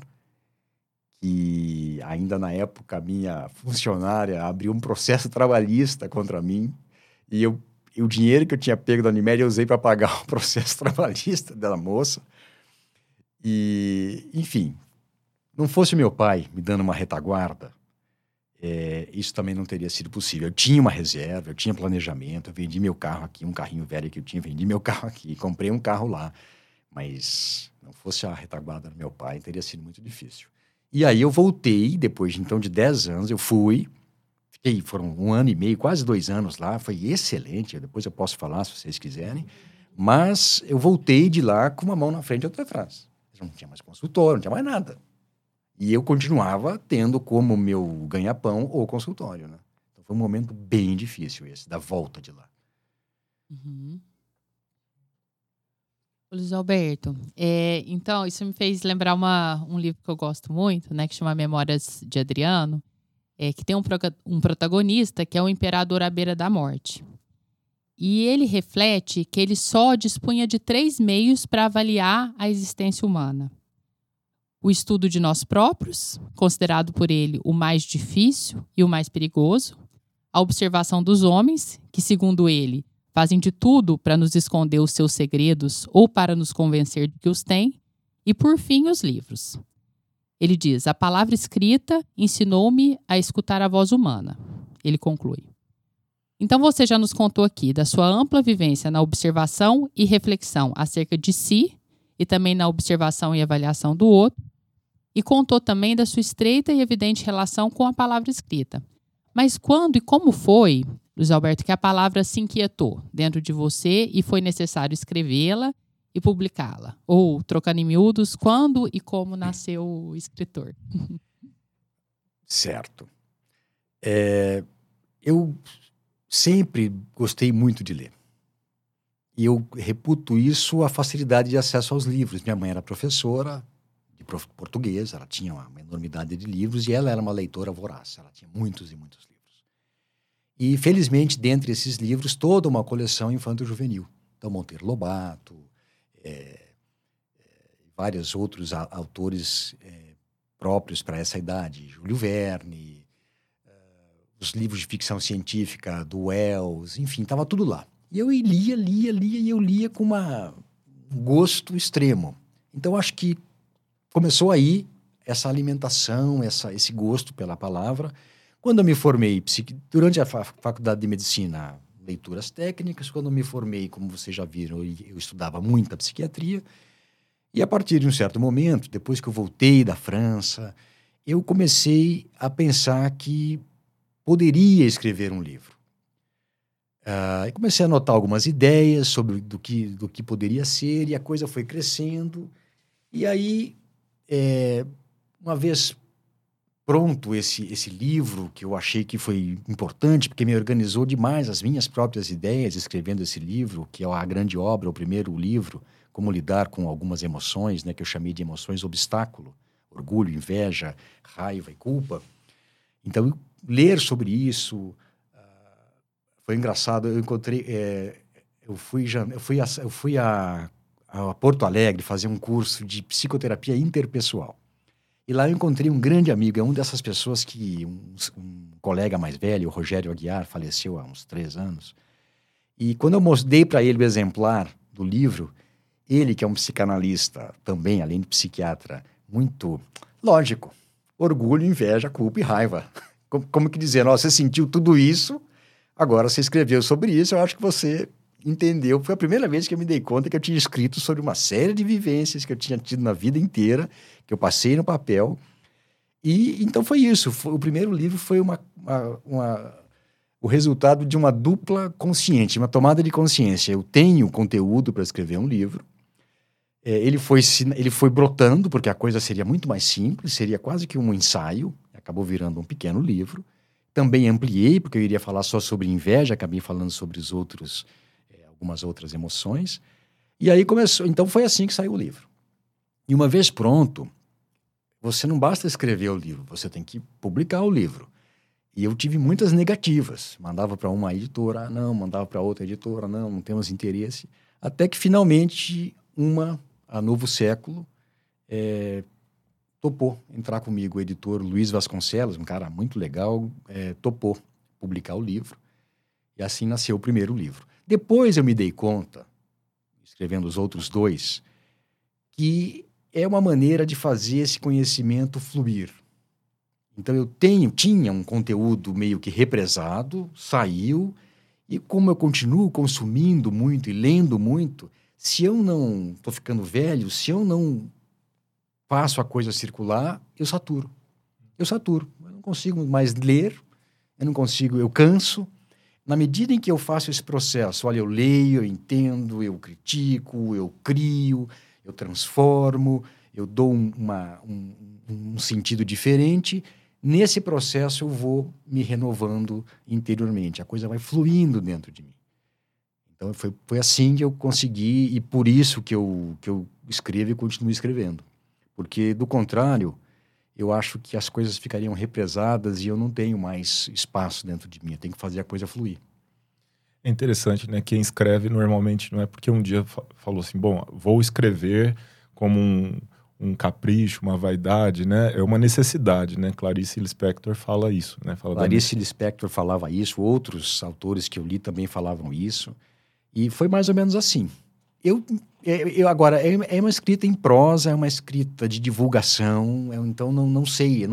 E ainda na época a minha funcionária abriu um processo trabalhista contra mim. E o dinheiro que eu tinha pego da Unimed eu usei para pagar o processo trabalhista da moça. E, enfim, não fosse meu pai me dando uma retaguarda, isso também não teria sido possível. Eu tinha uma reserva, eu tinha planejamento, eu vendi meu carro aqui, um carrinho velho que eu tinha, vendi meu carro aqui, comprei um carro lá. Mas não fosse a retaguarda do meu pai, teria sido muito difícil. E aí eu voltei, depois então de 10 anos, eu fui, foram 1 ano e meio, quase 2 anos lá, foi excelente, depois eu posso falar se vocês quiserem, mas eu voltei de lá com uma mão na frente e outra atrás. Não tinha mais consultório, não tinha mais nada. E eu continuava tendo como meu ganha-pão o consultório, né? Então foi um momento bem difícil esse, da volta de lá. Uhum. Luiz Alberto, então isso me fez lembrar um livro que eu gosto muito, né, que chama Memórias de Adriano, que tem um protagonista que é o imperador à beira da morte. E ele reflete que ele só dispunha de 3 meios para avaliar a existência humana. O estudo de nós próprios, considerado por ele o mais difícil e o mais perigoso. A observação dos homens, que, segundo ele, fazem de tudo para nos esconder os seus segredos ou para nos convencer de que os têm. E, por fim, os livros. Ele diz, a palavra escrita ensinou-me a escutar a voz humana. Ele conclui. Então você já nos contou aqui da sua ampla vivência na observação e reflexão acerca de si e também na observação e avaliação do outro. E contou também da sua estreita e evidente relação com a palavra escrita. Mas quando e como foi, Luiz Alberto, que a palavra se inquietou dentro de você e foi necessário escrevê-la e publicá-la? Ou, trocando em miúdos, quando e como nasceu o escritor? Certo. Eu sempre gostei muito de ler. E eu reputo isso a facilidade de acesso aos livros. Minha mãe era professora de português, ela tinha uma enormidade de livros e ela era uma leitora voraz. Ela tinha muitos e muitos livros. E, felizmente, dentre esses livros, toda uma coleção infanto-juvenil. Então, Monteiro Lobato, vários outros autores próprios para essa idade. Júlio Verne, os livros de ficção científica do Wells, enfim, estava tudo lá. E eu lia, e eu lia com um gosto extremo. Então, acho que começou aí essa alimentação, esse gosto pela palavra. Quando eu me formei, durante a faculdade de medicina, leituras técnicas. Quando eu me formei, como vocês já viram, eu estudava muita psiquiatria. E a partir de um certo momento, depois que eu voltei da França, eu comecei a pensar que poderia escrever um livro. E comecei a anotar algumas ideias sobre do que poderia ser, e a coisa foi crescendo. E aí, uma vez pronto esse livro, que eu achei que foi importante, porque me organizou demais as minhas próprias ideias, escrevendo esse livro, que é a grande obra, o primeiro livro, Como Lidar com Algumas Emoções, né, que eu chamei de emoções obstáculo, orgulho, inveja, raiva e culpa. Então, ler sobre isso foi engraçado. Eu encontrei... eu fui a Porto Alegre fazer um curso de psicoterapia interpessoal. E lá eu encontrei um grande amigo, é uma dessas pessoas que... Um colega mais velho, o Rogério Aguiar, faleceu há uns 3 anos. E quando eu mostrei para ele o exemplar do livro, ele, que é um psicanalista também, além de psiquiatra, muito lógico. Orgulho, inveja, culpa e raiva. Como que dizer, você sentiu tudo isso, agora você escreveu sobre isso, eu acho que você entendeu. Foi a primeira vez que eu me dei conta que eu tinha escrito sobre uma série de vivências que eu tinha tido na vida inteira, que eu passei no papel. E então foi isso. O primeiro livro foi o resultado de uma dupla consciente, uma tomada de consciência. Eu tenho conteúdo para escrever um livro. Ele foi brotando, porque a coisa seria muito mais simples, seria quase que um ensaio, acabou virando um pequeno livro. Também ampliei, porque eu iria falar só sobre inveja, acabei falando sobre algumas outras emoções. E aí começou, então foi assim que saiu o livro. E uma vez pronto, você não basta escrever o livro, você tem que publicar o livro. E eu tive muitas negativas. Mandava para uma editora, não, mandava para outra editora, não temos interesse. Até que finalmente a Novo Século, topou entrar comigo. O editor Luiz Vasconcelos, um cara muito legal, topou publicar o livro. E assim nasceu o primeiro livro. Depois eu me dei conta, escrevendo os outros 2, que é uma maneira de fazer esse conhecimento fluir. Então eu tinha um conteúdo meio que represado, saiu, e como eu continuo consumindo muito e lendo muito, se eu não estou ficando velho, se eu não faço a coisa circular, eu saturo. Eu não consigo mais ler, eu canso. Na medida em que eu faço esse processo, olha, eu leio, eu entendo, eu critico, eu crio, eu transformo, eu dou um sentido diferente. Nesse processo eu vou me renovando interiormente, a coisa vai fluindo dentro de mim. Então foi assim que eu consegui, e por isso que eu escrevo e continuo escrevendo. Porque, do contrário, eu acho que as coisas ficariam represadas e eu não tenho mais espaço dentro de mim, eu tenho que fazer a coisa fluir. É interessante, né? Quem escreve normalmente não é porque um dia falou assim, bom, vou escrever como um capricho, uma vaidade, né? É uma necessidade, né? Clarice Lispector fala isso, né? Clarice Lispector falava isso, outros autores que eu li também falavam isso, e foi mais ou menos assim. Agora, é uma escrita em prosa, é uma escrita de divulgação, então não sei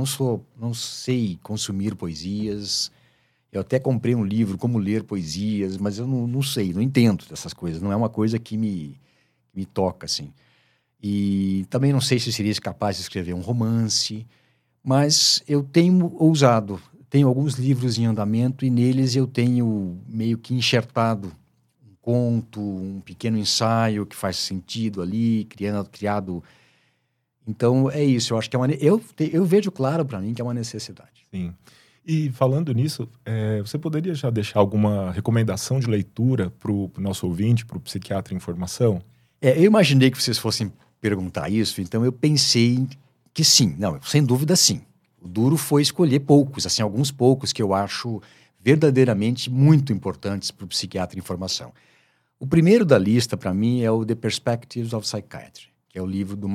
consumir poesias. Eu até comprei um livro, Como Ler Poesias, mas eu não sei, não entendo dessas coisas, não é uma coisa que me toca, assim. E também não sei se seria capaz de escrever um romance, mas eu tenho ousado, tenho alguns livros em andamento e neles eu tenho meio que enxertado um conto, um pequeno ensaio que faz sentido ali, criado. Então é isso, eu acho que eu vejo claro para mim que é uma necessidade. Sim. E falando nisso, você poderia já deixar alguma recomendação de leitura para o nosso ouvinte, para o Psiquiatra em Formação? Eu imaginei que vocês fossem perguntar isso, então eu pensei que sim. Não, sem dúvida sim. O duro foi escolher poucos, assim, alguns poucos que eu acho verdadeiramente muito importantes para o Psiquiatra em Formação. O primeiro da lista, para mim, é o The Perspectives of Psychiatry, que é o livro do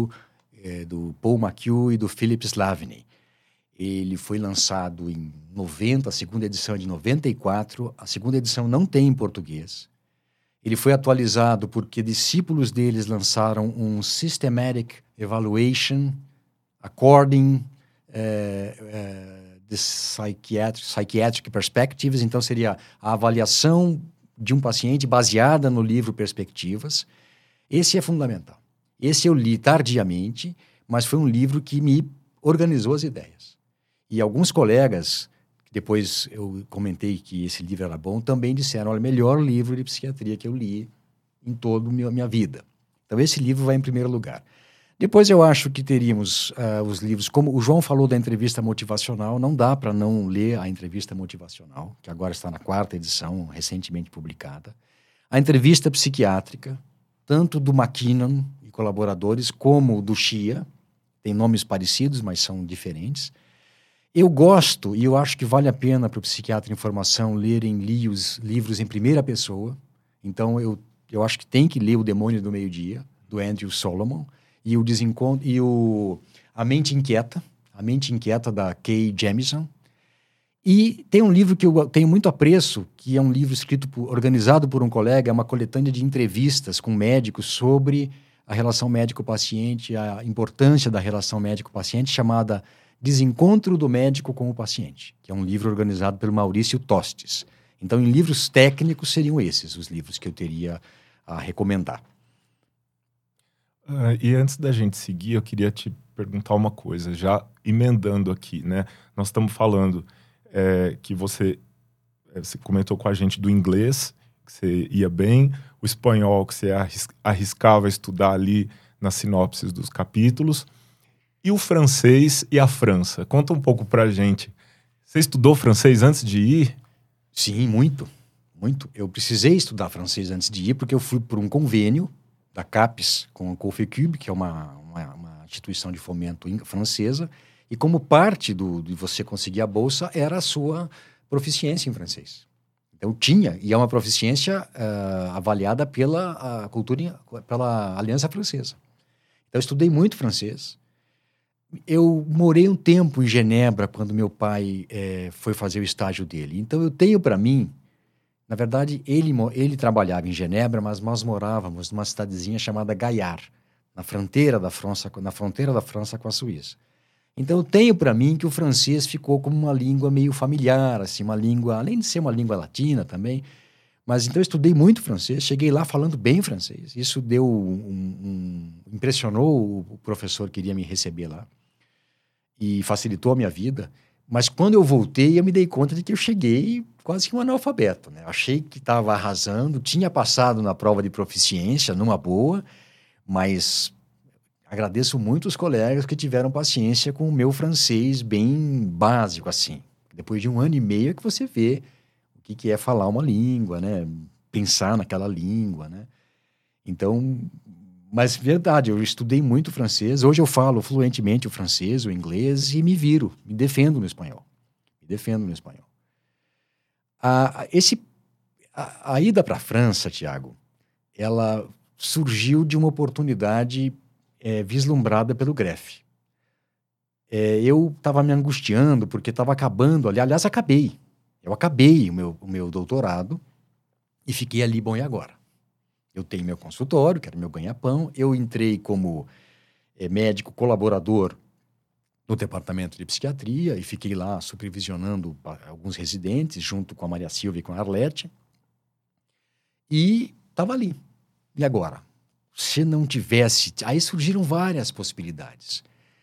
do Paul McHugh e do Philip Slaveny. Ele foi lançado em 90, a segunda edição é de 94, a segunda edição não tem em português. Ele foi atualizado porque discípulos deles lançaram um Systematic Evaluation According the Psychiatric Perspectives, então seria a avaliação de um paciente baseada no livro Perspectivas. Esse é fundamental. Esse eu li tardiamente, mas foi um livro que me organizou as ideias. E alguns colegas, depois eu comentei que esse livro era bom, também disseram, olha, melhor livro de psiquiatria que eu li em toda a minha vida. Então esse livro vai em primeiro lugar. Depois eu acho que teríamos os livros, como o João falou da entrevista motivacional, não dá para não ler a entrevista motivacional, que agora está na 4ª edição, recentemente publicada. A entrevista psiquiátrica, tanto do McKinnon e colaboradores, como do Chia, tem nomes parecidos, mas são diferentes. Eu gosto, e eu acho que vale a pena para o Psiquiatra em Formação lerem livros em primeira pessoa. Então, eu acho que tem que ler O Demônio do Meio-Dia, do Andrew Solomon, e A Mente Inquieta, da Kay Jemison. E tem um livro que eu tenho muito apreço, que é um livro organizado por um colega, é uma coletânea de entrevistas com médicos sobre a relação médico-paciente, a importância da relação médico-paciente, chamada Desencontro do Médico com o Paciente, que é um livro organizado pelo Maurício Tostes. Então, em livros técnicos, seriam esses os livros que eu teria a recomendar. E antes da gente seguir, eu queria te perguntar uma coisa, já emendando aqui, né? Nós estamos falando que você comentou com a gente do inglês, que você ia bem, o espanhol, que você arriscava estudar ali nas sinopses dos capítulos, e o francês e a França. Conta um pouco pra gente. Você estudou francês antes de ir? Sim, muito. muito. Eu precisei estudar francês antes de ir, porque eu fui por um convênio da CAPES com a Cofecube, que é uma instituição de fomento francesa, e como parte de você conseguir a bolsa era a sua proficiência em francês. Então tinha, e é uma proficiência avaliada pela Aliança Francesa. Então eu estudei muito francês. Eu morei um tempo em Genebra quando meu pai foi fazer o estágio dele. Então eu tenho para mim, na verdade, ele trabalhava em Genebra, mas nós morávamos numa cidadezinha chamada Gaillard, na fronteira da França com a Suíça. Então eu tenho para mim que o francês ficou como uma língua meio familiar, assim, uma língua, além de ser uma língua latina também. Mas então eu estudei muito francês, cheguei lá falando bem francês. Isso impressionou o professor que iria me receber lá e facilitou a minha vida. Mas quando eu voltei, eu me dei conta de que eu cheguei quase que um analfabeto, né? Achei que estava arrasando, tinha passado na prova de proficiência, numa boa, mas agradeço muito os colegas que tiveram paciência com o meu francês bem básico, assim. Depois de 1 ano e meio é que você vê o que é falar uma língua, né? Pensar naquela língua, né? Então, mas verdade, eu estudei muito francês. Hoje eu falo fluentemente o francês, o inglês e me viro, me defendo no espanhol. A ida para a França, Tiago, ela surgiu de uma oportunidade vislumbrada pelo Greff. Eu estava me angustiando porque estava acabando, aliás, acabei. Eu acabei o meu doutorado e fiquei ali, bom, e agora? Eu tenho meu consultório, que era meu ganha-pão, eu entrei como médico colaborador no departamento de psiquiatria e fiquei lá supervisionando alguns residentes, junto com a Maria Silvia e com a Arlete, e estava ali. E agora? Se não tivesse... Aí surgiram várias possibilidades.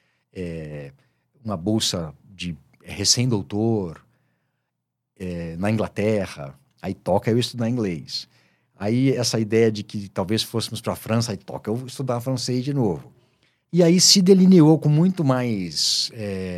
Uma bolsa de recém-doutor na Inglaterra, aí toca eu estudar inglês. Aí essa ideia de que talvez fôssemos para a França, aí toca eu estudar francês de novo. E aí se delineou com muito mais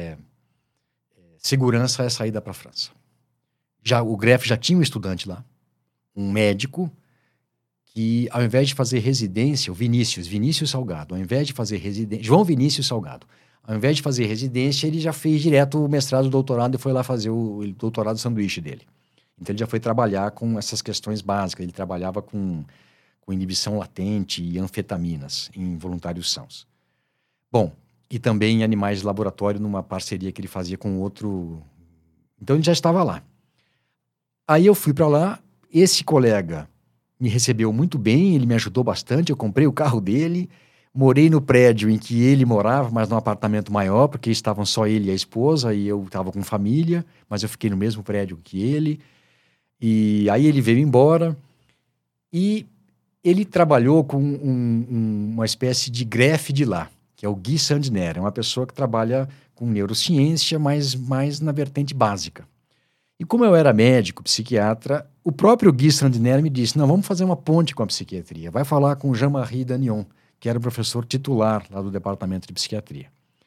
segurança essa ida para a França. O Greff já tinha um estudante lá, um médico, que ao invés de fazer residência, o Vinícius Salgado, ao invés de fazer residência, João Vinícius Salgado, ao invés de fazer residência, ele já fez direto o mestrado, o doutorado e foi lá fazer o doutorado sanduíche dele. Então ele já foi trabalhar com essas questões básicas, ele trabalhava com inibição latente e anfetaminas em voluntários sãos. Bom, e também em animais de laboratório, numa parceria que ele fazia com outro... Então ele já estava lá. Aí eu fui para lá, esse colega me recebeu muito bem, ele me ajudou bastante, eu comprei o carro dele, morei no prédio em que ele morava, mas num apartamento maior, porque estavam só ele e a esposa, e eu estava com família, mas eu fiquei no mesmo prédio que ele. E aí ele veio embora e ele trabalhou com uma espécie de Greff de lá, que é o Guy Sandner, é uma pessoa que trabalha com neurociência, mas mais na vertente básica. E como eu era médico, psiquiatra, o próprio Guy Sandner me disse, não, vamos fazer uma ponte com a psiquiatria, vai falar com Jean-Marie Danion, que era o professor titular lá do departamento de psiquiatria.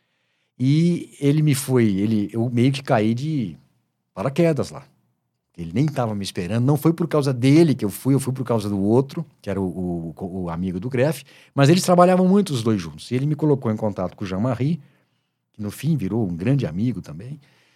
E eu meio que caí de paraquedas lá. Ele nem estava me esperando, não foi por causa dele que eu fui por causa do outro, que era o amigo do Greff, mas eles trabalhavam muito os dois juntos. E ele me colocou em contato com o Jean-Marie, que no fim virou um grande amigo também.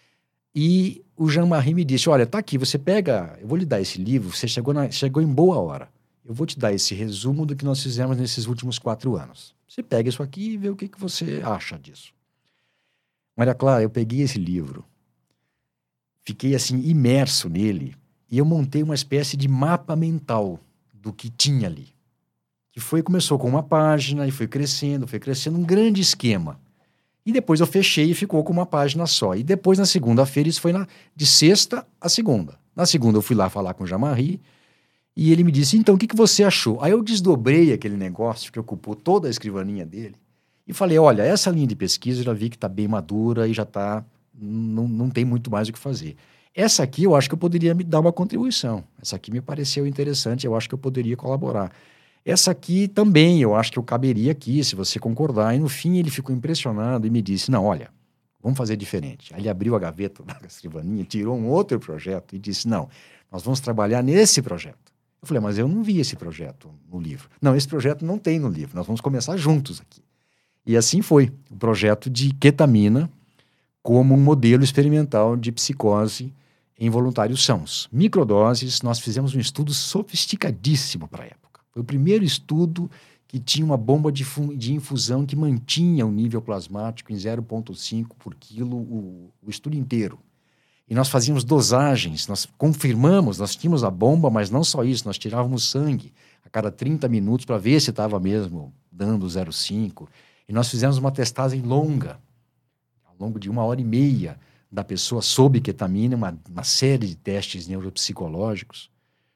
E o Jean-Marie me disse, olha, tá aqui, você pega, eu vou lhe dar esse livro, você chegou em boa hora. Eu vou te dar esse resumo do que nós fizemos nesses últimos 4 anos. Você pega isso aqui e vê o que você acha disso. Maria Clara, eu peguei esse livro, fiquei assim imerso nele e eu montei uma espécie de mapa mental do que tinha ali. Que começou com uma página e foi crescendo, um grande esquema. E depois eu fechei e ficou com uma página só. E depois, na segunda-feira, isso foi de sexta a segunda. Na segunda eu fui lá falar com o Jean-Marie e ele me disse, então, o que você achou? Aí eu desdobrei aquele negócio que ocupou toda a escrivaninha dele e falei, olha, essa linha de pesquisa eu já vi que está bem madura e já está... Não tem muito mais o que fazer. Essa aqui eu acho que eu poderia me dar uma contribuição. Essa aqui me pareceu interessante, eu acho que eu poderia colaborar. Essa aqui também eu acho que eu caberia aqui, se você concordar. E no fim ele ficou impressionado e me disse, não, olha, vamos fazer diferente. Aí ele abriu a gaveta da escrivaninha, tirou um outro projeto e disse, não, nós vamos trabalhar nesse projeto. Eu falei, mas eu não vi esse projeto no livro. Não, esse projeto não tem no livro, nós vamos começar juntos aqui. E assim foi, o projeto de ketamina como um modelo experimental de psicose em voluntários sãos. Microdoses, nós fizemos um estudo sofisticadíssimo para a época. Foi o primeiro estudo que tinha uma bomba de infusão que mantinha o nível plasmático em 0,5 por quilo o estudo inteiro. E nós fazíamos dosagens, nós confirmamos, nós tínhamos a bomba, mas não só isso, nós tirávamos sangue a cada 30 minutos para ver se estava mesmo dando 0,5. E nós fizemos uma testagem longa, ao longo de 1h30, da pessoa sob ketamina, uma série de testes neuropsicológicos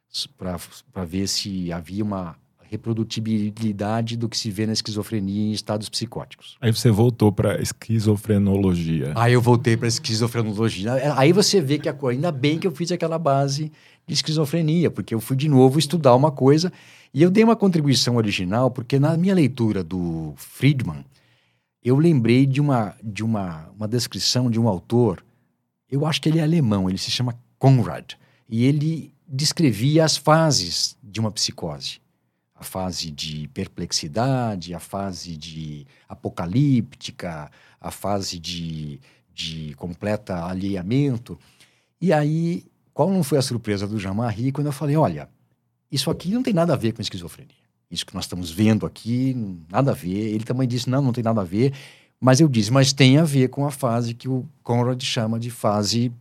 para ver se havia uma reprodutibilidade do que se vê na esquizofrenia em estados psicóticos. Aí você voltou para esquizofrenologia. Aí eu voltei para esquizofrenologia. Aí você vê que ainda bem que eu fiz aquela base de esquizofrenia, porque eu fui de novo estudar uma coisa e eu dei uma contribuição original, porque na minha leitura do Friedman, eu lembrei de uma descrição de um autor, eu acho que ele é alemão, ele se chama Conrad, e ele descrevia as fases de uma psicose. A fase de perplexidade, a fase de apocalíptica, a fase de completa alheamento. E aí, qual não foi a surpresa do Jean-Marie quando eu falei, olha, isso aqui não tem nada a ver com esquizofrenia. Isso que nós estamos vendo aqui, nada a ver. Ele também disse, não tem nada a ver. Mas eu disse, mas tem a ver com a fase que o Conrad chama de fase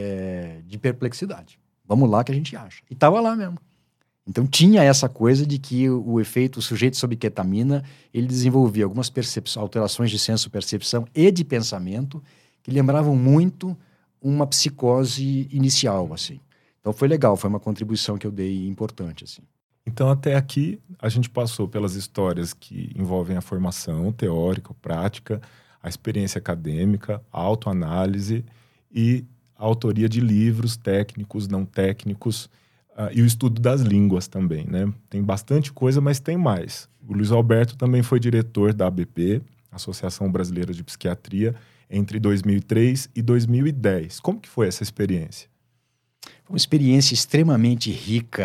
de perplexidade. Vamos lá que a gente acha. E estava lá mesmo. Então tinha essa coisa de que o sujeito sob ketamina, ele desenvolvia algumas alterações de senso-percepção e de pensamento que lembravam muito uma psicose inicial, assim. Então foi legal, foi uma contribuição que eu dei importante, assim. Então até aqui a gente passou pelas histórias que envolvem a formação teórica, prática, a experiência acadêmica, a autoanálise e a autoria de livros técnicos, não técnicos, e o estudo das línguas também, né? Tem bastante coisa, mas tem mais. O Luiz Alberto também foi diretor da ABP, Associação Brasileira de Psiquiatria, entre 2003 e 2010. Como que foi essa experiência? Uma experiência extremamente rica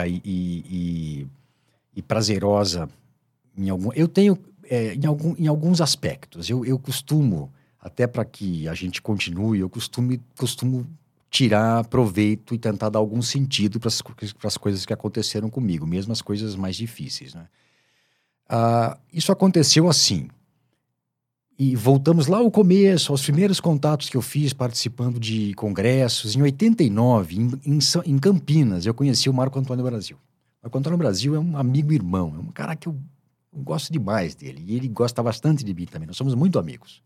e prazerosa. Eu tenho, em alguns aspectos, eu costumo, até para que a gente continue, eu costumo tirar proveito e tentar dar algum sentido para as coisas que aconteceram comigo, mesmo as coisas mais difíceis, né? Isso aconteceu assim. E voltamos lá ao começo, aos primeiros contatos que eu fiz participando de congressos. Em 89, em Campinas, eu conheci o Marco Antônio Brasil. O Marco Antônio Brasil é um amigo-irmão, é um cara que eu gosto demais dele. E ele gosta bastante de mim também, nós somos muito amigos.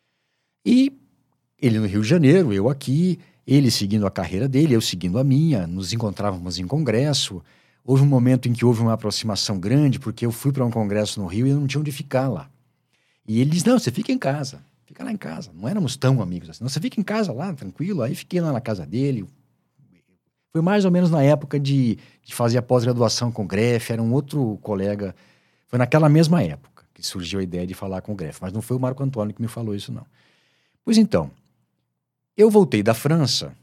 E ele no Rio de Janeiro, eu aqui, ele seguindo a carreira dele, eu seguindo a minha, nos encontrávamos em congresso. Houve um momento em que houve uma aproximação grande, porque eu fui para um congresso no Rio e eu não tinha onde ficar lá. E ele disse, não, você fica em casa, fica lá em casa. Não éramos tão amigos assim. Não, você fica em casa lá, tranquilo. Aí fiquei lá na casa dele. Foi mais ou menos na época de fazer a pós-graduação com o Greff, era um outro colega. Foi naquela mesma época que surgiu a ideia de falar com o Greff, mas não foi o Marco Antônio que me falou isso, não. Pois então, eu voltei da França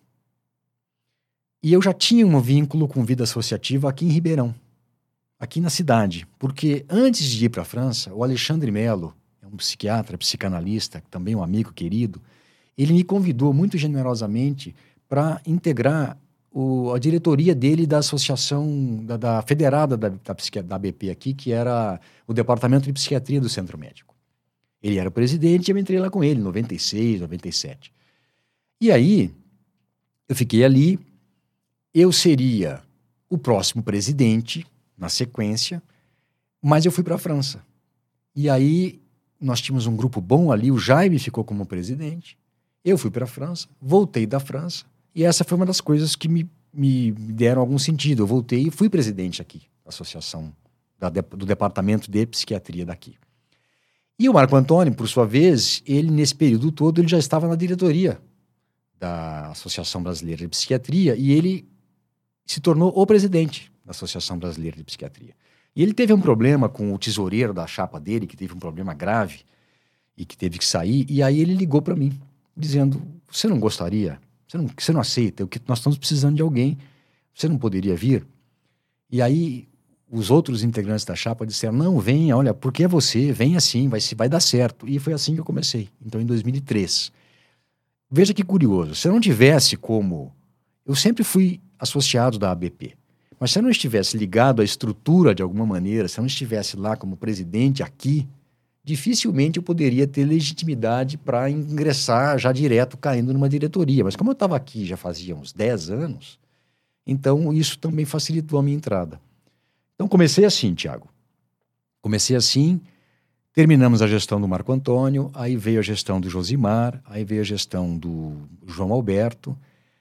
e eu já tinha um vínculo com vida associativa aqui em Ribeirão, aqui na cidade. Porque antes de ir para a França, o Alexandre Mello, um psiquiatra, psicanalista, também um amigo querido, ele me convidou muito generosamente para integrar a diretoria dele da associação, da federada da ABP aqui, que era o departamento de psiquiatria do Centro Médico. Ele era o presidente e eu entrei lá com ele, em 96, 97. E aí, eu fiquei ali, eu seria o próximo presidente, na sequência, mas eu fui para a França. E aí, nós tínhamos um grupo bom ali, o Jaime ficou como presidente, eu fui para a França, voltei da França, e essa foi uma das coisas que me deram algum sentido. Eu voltei e fui presidente aqui, da associação, do departamento de psiquiatria daqui. E o Marco Antônio, por sua vez, ele nesse período todo, ele já estava na diretoria da Associação Brasileira de Psiquiatria, e ele se tornou o presidente da Associação Brasileira de Psiquiatria. E ele teve um problema com o tesoureiro da chapa dele, que teve um problema grave e que teve que sair, e aí ele ligou para mim. dizendo, você não gostaria? Você não aceita? Nós estamos precisando de alguém. Você não poderia vir? E aí, os outros integrantes da chapa disseram, não, venha, olha, porque é você, venha sim, vai dar certo. E foi assim que eu comecei, então em 2003. Veja que curioso, se eu não tivesse como... Eu sempre fui associado da ABP, mas se eu não estivesse ligado à estrutura de alguma maneira, se eu não estivesse lá como presidente aqui, dificilmente eu poderia ter legitimidade para ingressar já direto caindo numa diretoria. Mas como eu estava aqui já fazia uns 10 anos, então isso também facilitou a minha entrada. Então comecei assim, Tiago. Comecei assim, terminamos a gestão do Marco Antônio, aí veio a gestão do Josimar, aí veio a gestão do João Alberto,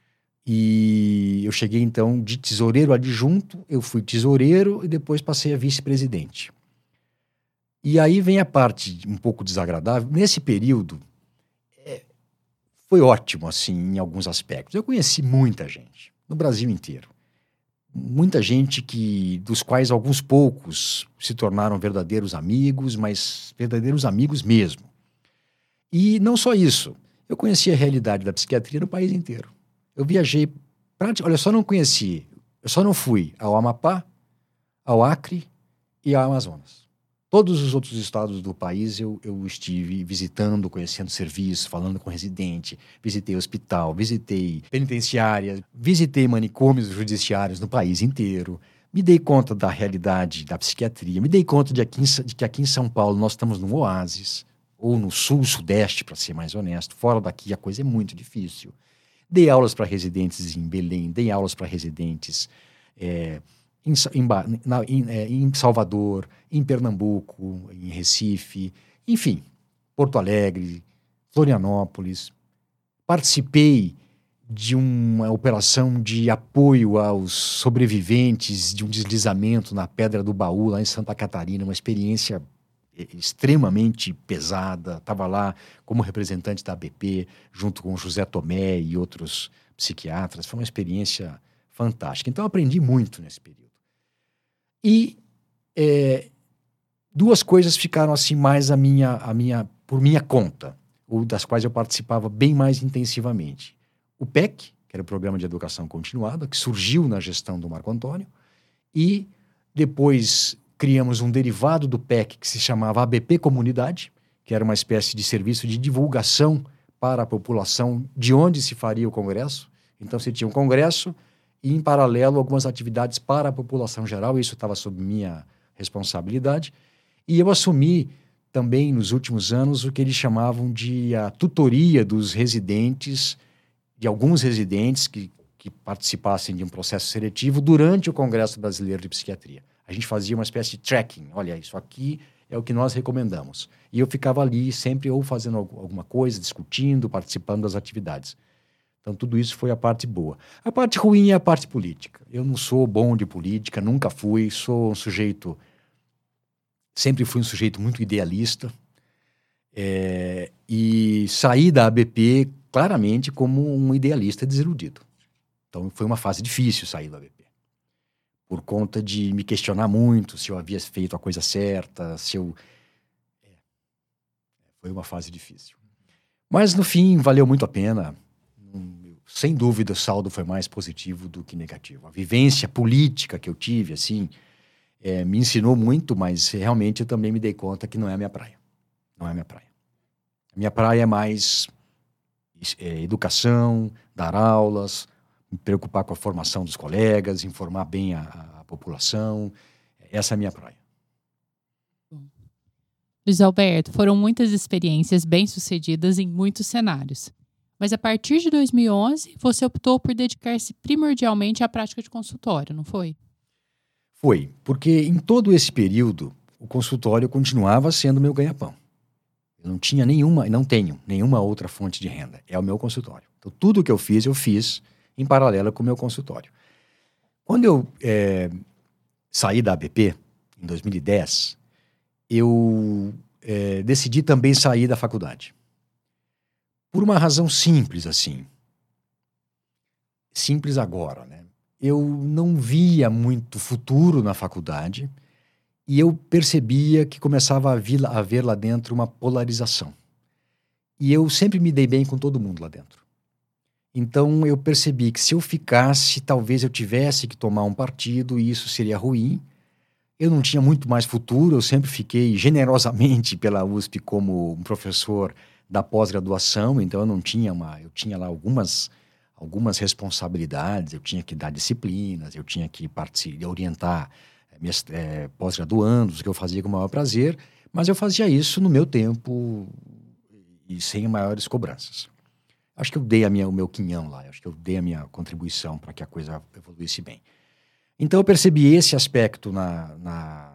e eu cheguei então de tesoureiro adjunto, eu fui tesoureiro e depois passei a vice-presidente. E aí vem a parte um pouco desagradável. Nesse período, foi ótimo, assim, em alguns aspectos. Eu conheci muita gente, no Brasil inteiro. Muita gente dos quais alguns poucos se tornaram verdadeiros amigos, mas verdadeiros amigos mesmo. E não só isso, eu conheci a realidade da psiquiatria no país inteiro. Eu viajei, olha, eu só não fui ao Amapá, ao Acre e ao Amazonas. Todos os outros estados do país eu estive visitando, conhecendo serviço, falando com residente, visitei hospital, visitei penitenciária, visitei manicômios judiciários no país inteiro, me dei conta da realidade da psiquiatria, me dei conta de que aqui em São Paulo nós estamos num oásis, ou no sul-sudeste, para ser mais honesto. Fora daqui a coisa é muito difícil. Dei aulas para residentes em Belém, dei aulas para residentes em Salvador, em Pernambuco, em Recife, enfim, Porto Alegre, Florianópolis. Participei de uma operação de apoio aos sobreviventes de um deslizamento na Pedra do Baú, lá em Santa Catarina, uma experiência extremamente pesada. Estava lá como representante da ABP, junto com José Tomé e outros psiquiatras. Foi uma experiência fantástica. Então, eu aprendi muito nesse período. E duas coisas ficaram assim mais por minha conta, ou das quais eu participava bem mais intensivamente. O PEC, que era o Programa de Educação Continuada, que surgiu na gestão do Marco Antônio, e depois criamos um derivado do PEC que se chamava ABP Comunidade, que era uma espécie de serviço de divulgação para a população de onde se faria o congresso. Então, você tinha um congresso e, em paralelo, algumas atividades para a população geral. Isso estava sob minha responsabilidade. E eu assumi também, nos últimos anos, o que eles chamavam de a tutoria dos residentes, de alguns residentes que participassem de um processo seletivo durante o Congresso Brasileiro de Psiquiatria. A gente fazia uma espécie de tracking. Olha, isso aqui é o que nós recomendamos. E eu ficava ali sempre ou fazendo alguma coisa, discutindo, participando das atividades. Então, tudo isso foi a parte boa. A parte ruim é a parte política. Eu não sou bom de política, nunca fui. Sempre fui um sujeito muito idealista. E saí da ABP claramente como um idealista desiludido. Então, foi uma fase difícil sair da ABP. Por conta de me questionar muito se eu havia feito a coisa certa, Foi uma fase difícil. Mas, no fim, valeu muito a pena. Sem dúvida, o saldo foi mais positivo do que negativo. A vivência política que eu tive, assim, me ensinou muito, mas realmente eu também me dei conta que não é a minha praia. Não é a minha praia. A minha praia é mais educação, dar aulas, me preocupar com a formação dos colegas, informar bem a população. Essa é a minha praia. Luiz Alberto, foram muitas experiências bem-sucedidas em muitos cenários. Mas a partir de 2011, você optou por dedicar-se primordialmente à prática de consultório, não foi? Foi, porque em todo esse período, o consultório continuava sendo meu ganha-pão. Eu não tinha não tenho nenhuma outra fonte de renda. É o meu consultório. Então, tudo que eu fiz em paralelo com o meu consultório. Quando eu saí da ABP, em 2010, eu decidi também sair da faculdade. Por uma razão simples, assim. Simples agora, né? Eu não via muito futuro na faculdade e eu percebia que começava a haver lá dentro uma polarização. E eu sempre me dei bem com todo mundo lá dentro. Então eu percebi que se eu ficasse, talvez eu tivesse que tomar um partido e isso seria ruim. Eu não tinha muito mais futuro, eu sempre fiquei generosamente pela USP como um professor da pós-graduação, então eu tinha lá algumas responsabilidades, eu tinha que dar disciplinas, eu tinha que orientar minhas pós-graduandos, que eu fazia com o maior prazer, mas eu fazia isso no meu tempo e sem maiores cobranças. Acho que eu dei o meu quinhão lá, acho que eu dei a minha contribuição para que a coisa evoluísse bem. Então eu percebi esse aspecto na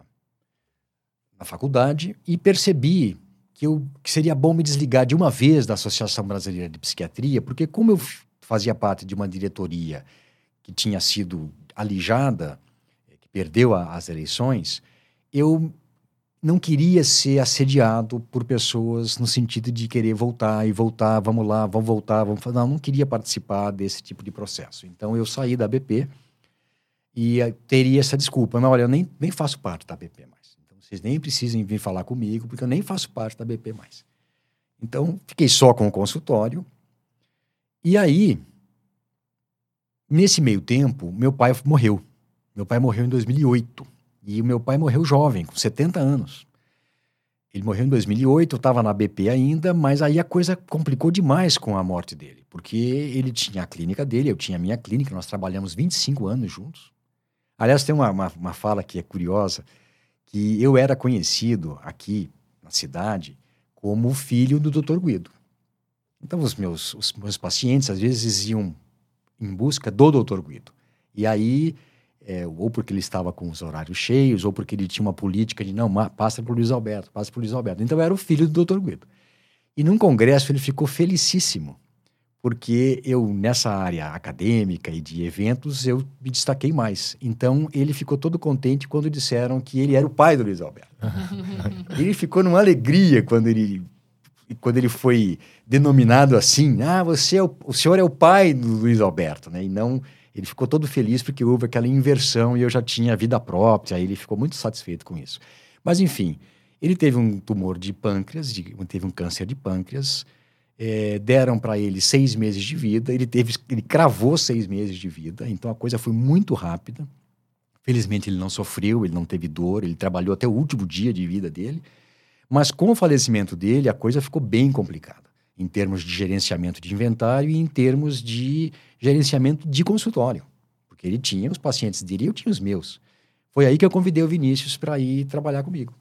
faculdade e percebi que seria bom me desligar de uma vez da Associação Brasileira de Psiquiatria, porque como eu fazia parte de uma diretoria que tinha sido alijada, que perdeu as eleições, eu não queria ser assediado por pessoas no sentido de querer voltar, vamos lá, vamos voltar, não queria participar desse tipo de processo. Então eu saí da BP e teria essa desculpa, não, olha, eu nem faço parte da BP mais. Então vocês nem precisem vir falar comigo, porque eu nem faço parte da BP mais. Então fiquei só com o consultório. E aí, nesse meio tempo, meu pai morreu. Meu pai morreu em 2008. E o meu pai morreu jovem, com 70 anos. Ele morreu em 2008, eu estava na BP ainda, mas aí a coisa complicou demais com a morte dele. Porque ele tinha a clínica dele, eu tinha a minha clínica, nós trabalhamos 25 anos juntos. Aliás, tem uma fala que é curiosa, que eu era conhecido aqui na cidade como o filho do Dr. Guido. Então, os meus pacientes, às vezes, iam em busca do Dr. Guido. E aí, ou porque ele estava com os horários cheios, ou porque ele tinha uma política de, não, passa para o Luiz Alberto, passa para o Luiz Alberto. Então, eu era o filho do Dr. Guido. E num congresso, ele ficou felicíssimo, porque eu, nessa área acadêmica e de eventos, eu me destaquei mais. Então, ele ficou todo contente quando disseram que ele era o pai do Luiz Alberto. Ele ficou numa alegria quando ele foi denominado assim, o senhor é o pai do Luiz Alberto, né? E não, ele ficou todo feliz porque houve aquela inversão e eu já tinha vida própria, aí ele ficou muito satisfeito com isso. Mas, enfim, ele teve um tumor de pâncreas, teve um câncer de pâncreas, deram para ele 6 meses de vida, ele cravou 6 meses de vida, então a coisa foi muito rápida. Felizmente ele não sofreu, ele não teve dor, ele trabalhou até o último dia de vida dele, mas com o falecimento dele a coisa ficou bem complicada, em termos de gerenciamento de inventário e em termos de gerenciamento de consultório, porque ele tinha os pacientes dele e eu tinha os meus. Foi aí que eu convidei o Vinícius para ir trabalhar comigo.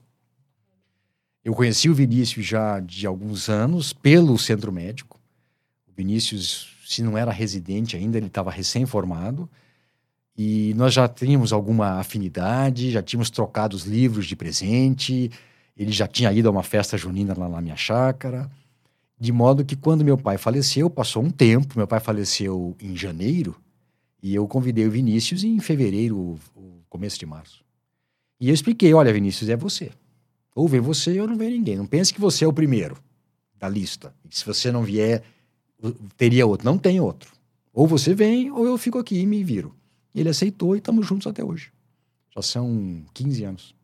Eu conheci o Vinícius já de alguns anos pelo centro médico. O Vinícius, se não era residente ainda, ele estava recém-formado. E nós já tínhamos alguma afinidade, já tínhamos trocado os livros de presente. Ele já tinha ido a uma festa junina lá na minha chácara. De modo que quando meu pai faleceu, passou um tempo. Meu pai faleceu em janeiro. E eu convidei o Vinícius em fevereiro, começo de março. E eu expliquei, olha, Vinícius, é você. Ou vem você ou não vem ninguém. Não pense que você é o primeiro da lista. E se você não vier, teria outro. Não tem outro. Ou você vem ou eu fico aqui e me viro. E ele aceitou e estamos juntos até hoje. Já são 15 anos.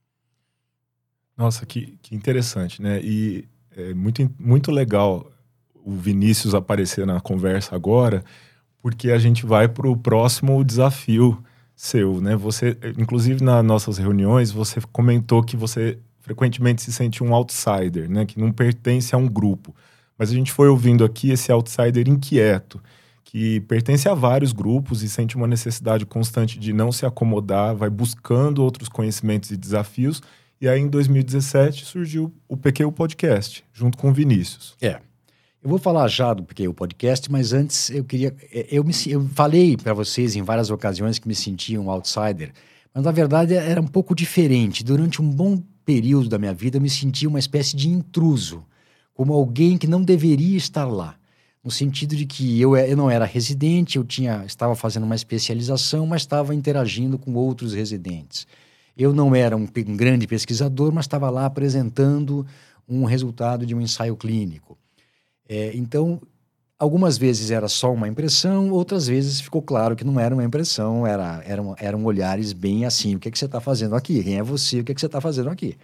Nossa, que interessante, né? E é muito legal o Vinícius aparecer na conversa agora, porque a gente vai para o próximo desafio seu, né? Você, inclusive nas nossas reuniões, você comentou que você frequentemente se sente um outsider, né? Que não pertence a um grupo. Mas a gente foi ouvindo aqui esse outsider inquieto, que pertence a vários grupos e sente uma necessidade constante de não se acomodar, vai buscando outros conhecimentos e desafios. E aí, em 2017, surgiu o PQ Podcast, junto com o Vinícius. Eu vou falar já do PQ Podcast, mas antes eu queria... Eu falei para vocês em várias ocasiões que me sentia um outsider, mas na verdade era um pouco diferente. Durante um bom período da minha vida, eu me sentia uma espécie de intruso, como alguém que não deveria estar lá. No sentido de que eu não era residente, estava fazendo uma especialização, mas estava interagindo com outros residentes. Eu não era um grande pesquisador, mas estava lá apresentando um resultado de um ensaio clínico. Então, algumas vezes era só uma impressão, outras vezes ficou claro que não era uma impressão, eram olhares bem assim, o que você está fazendo aqui? Quem é você? O que você está fazendo aqui?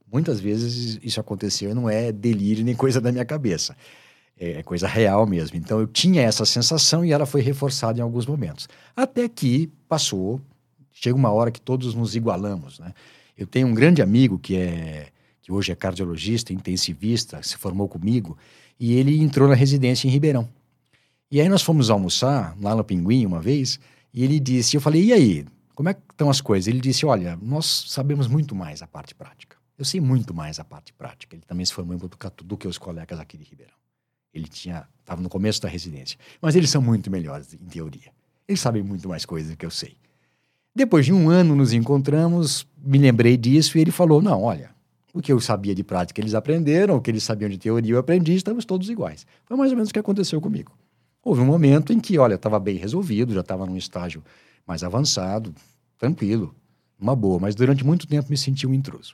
Muitas vezes isso aconteceu e não é delírio nem coisa da minha cabeça. É coisa real mesmo. Então, eu tinha essa sensação e ela foi reforçada em alguns momentos. Até que passou, chega uma hora que todos nos igualamos, né? Eu tenho um grande amigo que hoje é cardiologista, intensivista, se formou comigo, e ele entrou na residência em Ribeirão. E aí nós fomos almoçar lá no Pinguim uma vez, e ele disse, eu falei, e aí, como é que estão as coisas? Ele disse, olha, nós sabemos muito mais a parte prática. Eu sei muito mais a parte prática. Ele também se formou em Botucatu do que os colegas aqui de Ribeirão. Ele estava no começo da residência. Mas eles são muito melhores em teoria. Eles sabem muito mais coisas do que eu sei. Depois de um ano nos encontramos, me lembrei disso e ele falou, não, olha, o que eu sabia de prática eles aprenderam, o que eles sabiam de teoria eu aprendi, estamos todos iguais. Foi mais ou menos o que aconteceu comigo. Houve um momento em que, olha, estava bem resolvido, já estava num estágio mais avançado, tranquilo, uma boa, mas durante muito tempo me senti um intruso.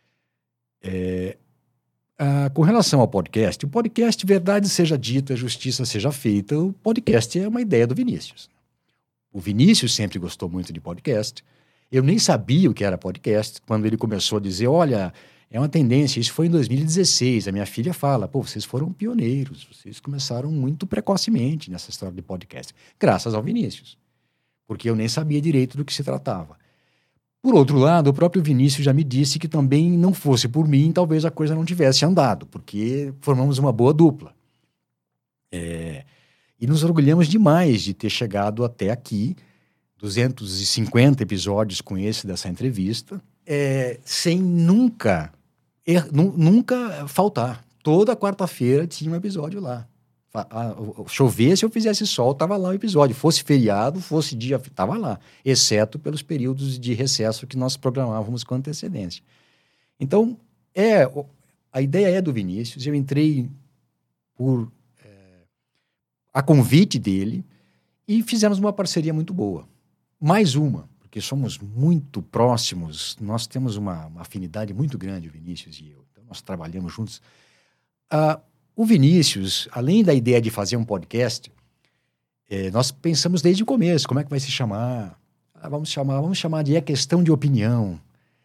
Com relação ao podcast, o podcast, verdade seja dita, justiça seja feita, o podcast é uma ideia do Vinícius. O Vinícius sempre gostou muito de podcast. Eu nem sabia o que era podcast quando ele começou a dizer, olha, é uma tendência, isso foi em 2016, a minha filha fala, pô, vocês foram pioneiros, vocês começaram muito precocemente nessa história de podcast, graças ao Vinícius, porque eu nem sabia direito do que se tratava. Por outro lado, o próprio Vinícius já me disse que também não fosse por mim, talvez a coisa não tivesse andado, porque formamos uma boa dupla. E nos orgulhamos demais de ter chegado até aqui, 250 episódios com esse dessa entrevista, sem nunca faltar. Toda quarta-feira tinha um episódio lá. Chovesse ou fizesse sol, estava lá o episódio. Fosse feriado, fosse dia, estava lá. Exceto pelos períodos de recesso que nós programávamos com antecedência. Então, a ideia é do Vinícius. Eu entrei a convite dele e fizemos uma parceria muito boa. Mais uma, porque somos muito próximos. Nós temos uma afinidade muito grande, o Vinícius e eu. Então, nós trabalhamos juntos. O Vinícius, além da ideia de fazer um podcast, nós pensamos desde o começo, como é que vai se chamar? Vamos chamar de Questão de Opinião.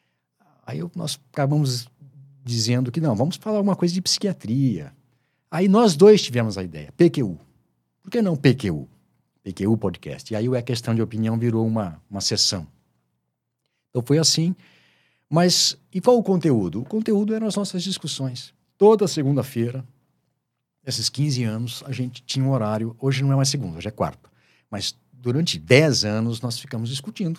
Aí nós acabamos dizendo que não, vamos falar uma coisa de psiquiatria. Aí nós dois tivemos a ideia, PQU. Por que não PQU? PQU Podcast. E aí o Questão de Opinião virou uma sessão. Então foi assim. Mas, e qual o conteúdo? O conteúdo eram as nossas discussões. Toda segunda-feira, esses 15 anos, a gente tinha um horário, hoje não é mais segunda, hoje é quarta, mas durante 10 anos nós ficamos discutindo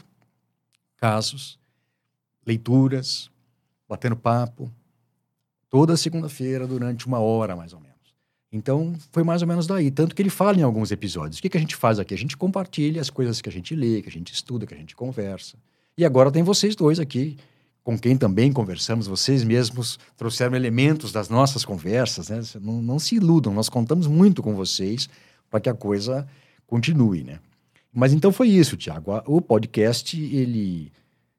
casos, leituras, batendo papo, toda segunda-feira durante 1 hora, mais ou menos. Então, foi mais ou menos daí, tanto que ele fala em alguns episódios. O que a gente faz aqui? A gente compartilha as coisas que a gente lê, que a gente estuda, que a gente conversa. E agora tem vocês dois aqui, com quem também conversamos, vocês mesmos trouxeram elementos das nossas conversas, né? Não se iludam, nós contamos muito com vocês para que a coisa continue, né? Mas então foi isso, Tiago. O podcast, ele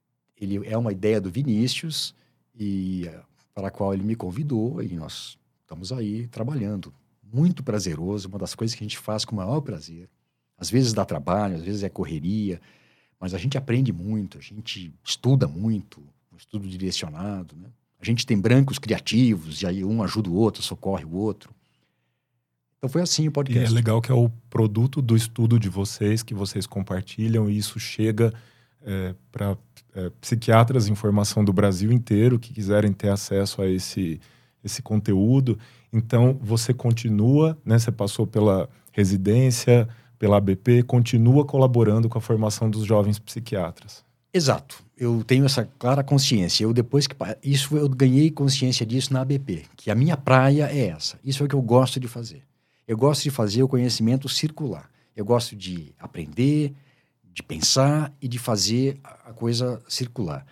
é uma ideia do Vinícius, e para a qual ele me convidou, e nós estamos aí trabalhando. Muito prazeroso, uma das coisas que a gente faz com o maior prazer. Às vezes dá trabalho, às vezes é correria, mas a gente aprende muito, a gente estuda muito, um estudo direcionado, né? A gente tem brancos criativos, e aí um ajuda o outro, socorre o outro. Então foi assim o podcast. E é legal que é o produto do estudo de vocês, que vocês compartilham, e isso chega para psiquiatras em formação do Brasil inteiro, que quiserem ter acesso a esse conteúdo. Então, você continua, né? Você passou pela residência, pela ABP, continua colaborando com a formação dos jovens psiquiatras. Exato. Eu tenho essa clara consciência. Eu ganhei consciência disso na ABP, que a minha praia é essa. Isso é o que eu gosto de fazer. Eu gosto de fazer o conhecimento circular. Eu gosto de aprender, de pensar e de fazer a coisa circular.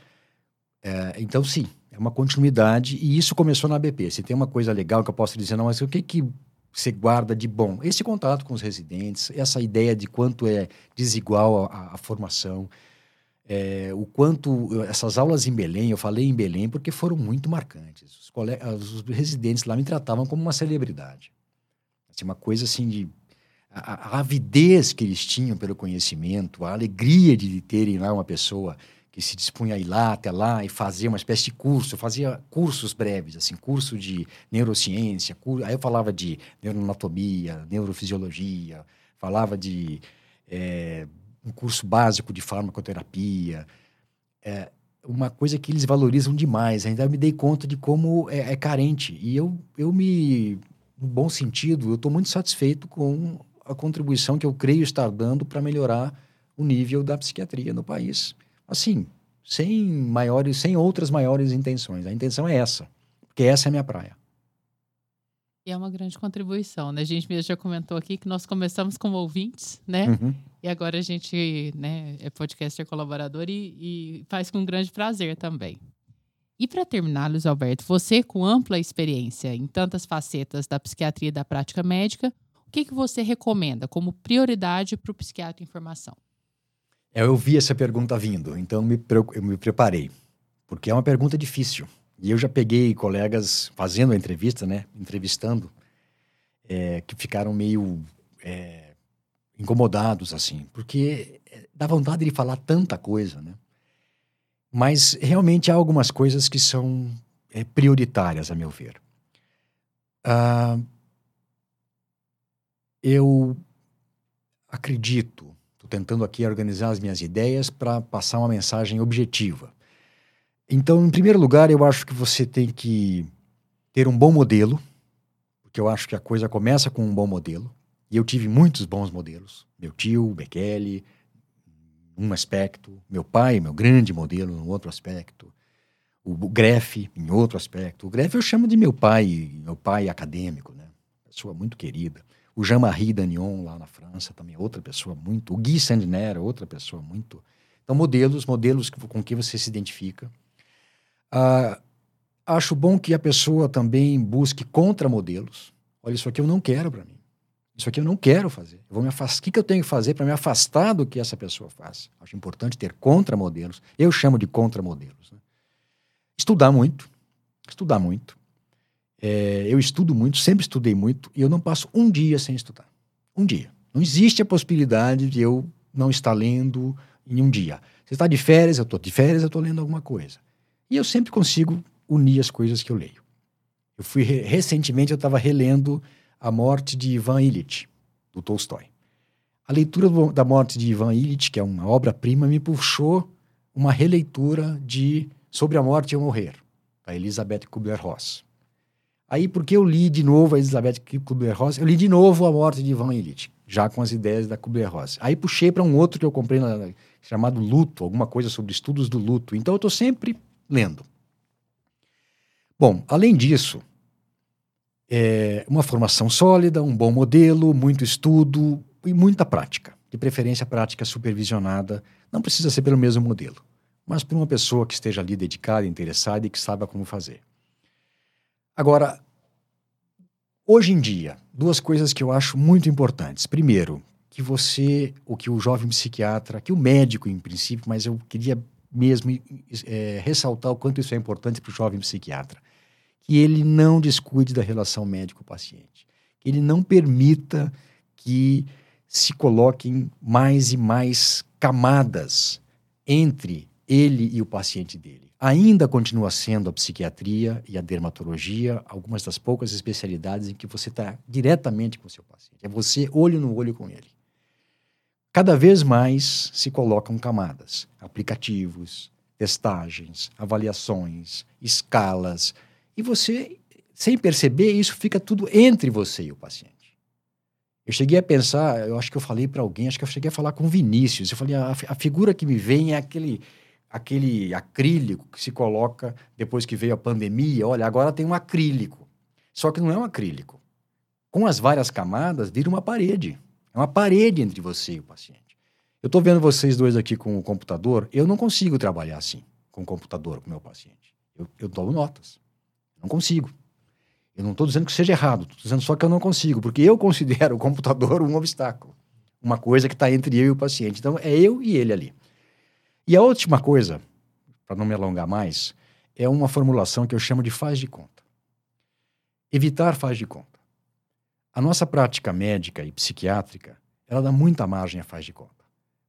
Então, sim, é uma continuidade, e isso começou na ABP. Se tem uma coisa legal que eu posso dizer, não, mas o que você guarda de bom? Esse contato com os residentes, essa ideia de quanto é desigual a formação, o quanto essas aulas em Belém, eu falei em Belém porque foram muito marcantes. Os residentes lá me tratavam como uma celebridade. Assim, uma coisa assim de... A avidez que eles tinham pelo conhecimento, a alegria de terem lá uma pessoa que se dispunha a ir lá, até lá, e fazer uma espécie de curso. Eu fazia cursos breves, assim, curso de neurociência, aí eu falava de neuroanatomia, neurofisiologia, falava de um curso básico de farmacoterapia, uma coisa que eles valorizam demais. Ainda me dei conta de como é carente. E eu no bom sentido, eu estou muito satisfeito com a contribuição que eu creio estar dando para melhorar o nível da psiquiatria no país. Assim, sem outras maiores intenções. A intenção é essa, porque essa é a minha praia. E é uma grande contribuição, né? A gente mesmo já comentou aqui que nós começamos como ouvintes, né? Uhum. E agora a gente, né, é podcaster colaborador e faz com grande prazer também. E para terminar, Luiz Alberto, você com ampla experiência em tantas facetas da psiquiatria e da prática médica, o que você recomenda como prioridade para o psiquiatra em formação? Eu vi essa pergunta vindo, então eu me preparei, porque é uma pergunta difícil. E eu já peguei colegas fazendo a entrevista, né, entrevistando, que ficaram meio incomodados, assim, porque dá vontade de falar tanta coisa, né? Mas realmente há algumas coisas que são prioritárias, a meu ver. Eu acredito, estou tentando aqui organizar as minhas ideias para passar uma mensagem objetiva. Então, em primeiro lugar, eu acho que você tem que ter um bom modelo, porque eu acho que a coisa começa com um bom modelo. E eu tive muitos bons modelos. Meu tio, Bekele, num aspecto. Meu pai, meu grande modelo, num outro aspecto. O Greff, em outro aspecto. O Greff eu chamo de meu pai acadêmico, né? Pessoa muito querida. O Jean-Marie Dagnon, lá na França, também outra pessoa muito... O Guy Sandner, outra pessoa muito... Então, modelos com que você se identifica. Acho bom que a pessoa também busque contramodelos. Olha, isso aqui eu não quero para mim. Isso aqui eu não quero fazer. Eu vou me afastar. O que eu tenho que fazer para me afastar do que essa pessoa faz? Acho importante ter contramodelos. Eu chamo de contramodelos, né? Estudar muito. Eu estudo muito, sempre estudei muito, e eu não passo um dia sem estudar. Um dia. Não existe a possibilidade de eu não estar lendo em um dia. Você está de férias, eu estou de férias, eu estou lendo alguma coisa. E eu sempre consigo unir as coisas que eu leio. Recentemente eu estava relendo A Morte de Ivan Ilitch, do Tolstói. A leitura da Morte de Ivan Ilitch, que é uma obra-prima, me puxou uma releitura de Sobre a Morte e o Morrer, da Elisabeth Kübler-Ross. Aí, porque eu li de novo a Elisabeth Kübler-Ross, eu li de novo A Morte de Ivan Ilitch, já com as ideias da Kübler-Ross. Aí puxei para um outro que eu comprei chamado Luto, alguma coisa sobre estudos do luto. Então eu estou sempre lendo. Bom, além disso, uma formação sólida, um bom modelo, muito estudo e muita prática. De preferência, prática supervisionada. Não precisa ser pelo mesmo modelo, mas por uma pessoa que esteja ali dedicada, interessada e que saiba como fazer. Agora, hoje em dia, duas coisas que eu acho muito importantes. Primeiro, que o jovem psiquiatra, que o médico em princípio, mas eu queria mesmo ressaltar o quanto isso é importante para o jovem psiquiatra. Que ele não descuide da relação médico-paciente. Que ele não permita que se coloquem mais e mais camadas entre ele e o paciente dele. Ainda continua sendo a psiquiatria e a dermatologia algumas das poucas especialidades em que você está diretamente com o seu paciente. É você olho no olho com ele. Cada vez mais se colocam camadas, aplicativos, testagens, avaliações, escalas, e você, sem perceber, isso fica tudo entre você e o paciente. Eu cheguei a pensar, eu acho que eu falei para alguém, acho que eu cheguei a falar com o Vinícius, eu falei, a figura que me vem é aquele acrílico que se coloca depois que veio a pandemia. Olha, agora tem um acrílico, só que não é um acrílico. Com as várias camadas, vira uma parede. É uma parede entre você e o paciente. Eu estou vendo vocês dois aqui com o computador, eu não consigo trabalhar assim, com o computador, com o meu paciente. Eu dou notas. Não consigo. Eu não estou dizendo que seja errado, estou dizendo só que eu não consigo, porque eu considero o computador um obstáculo. Uma coisa que está entre eu e o paciente. Então, é eu e ele ali. E a última coisa, para não me alongar mais, é uma formulação que eu chamo de faz de conta. Evitar faz de conta. A nossa prática médica e psiquiátrica, ela dá muita margem a faz de conta.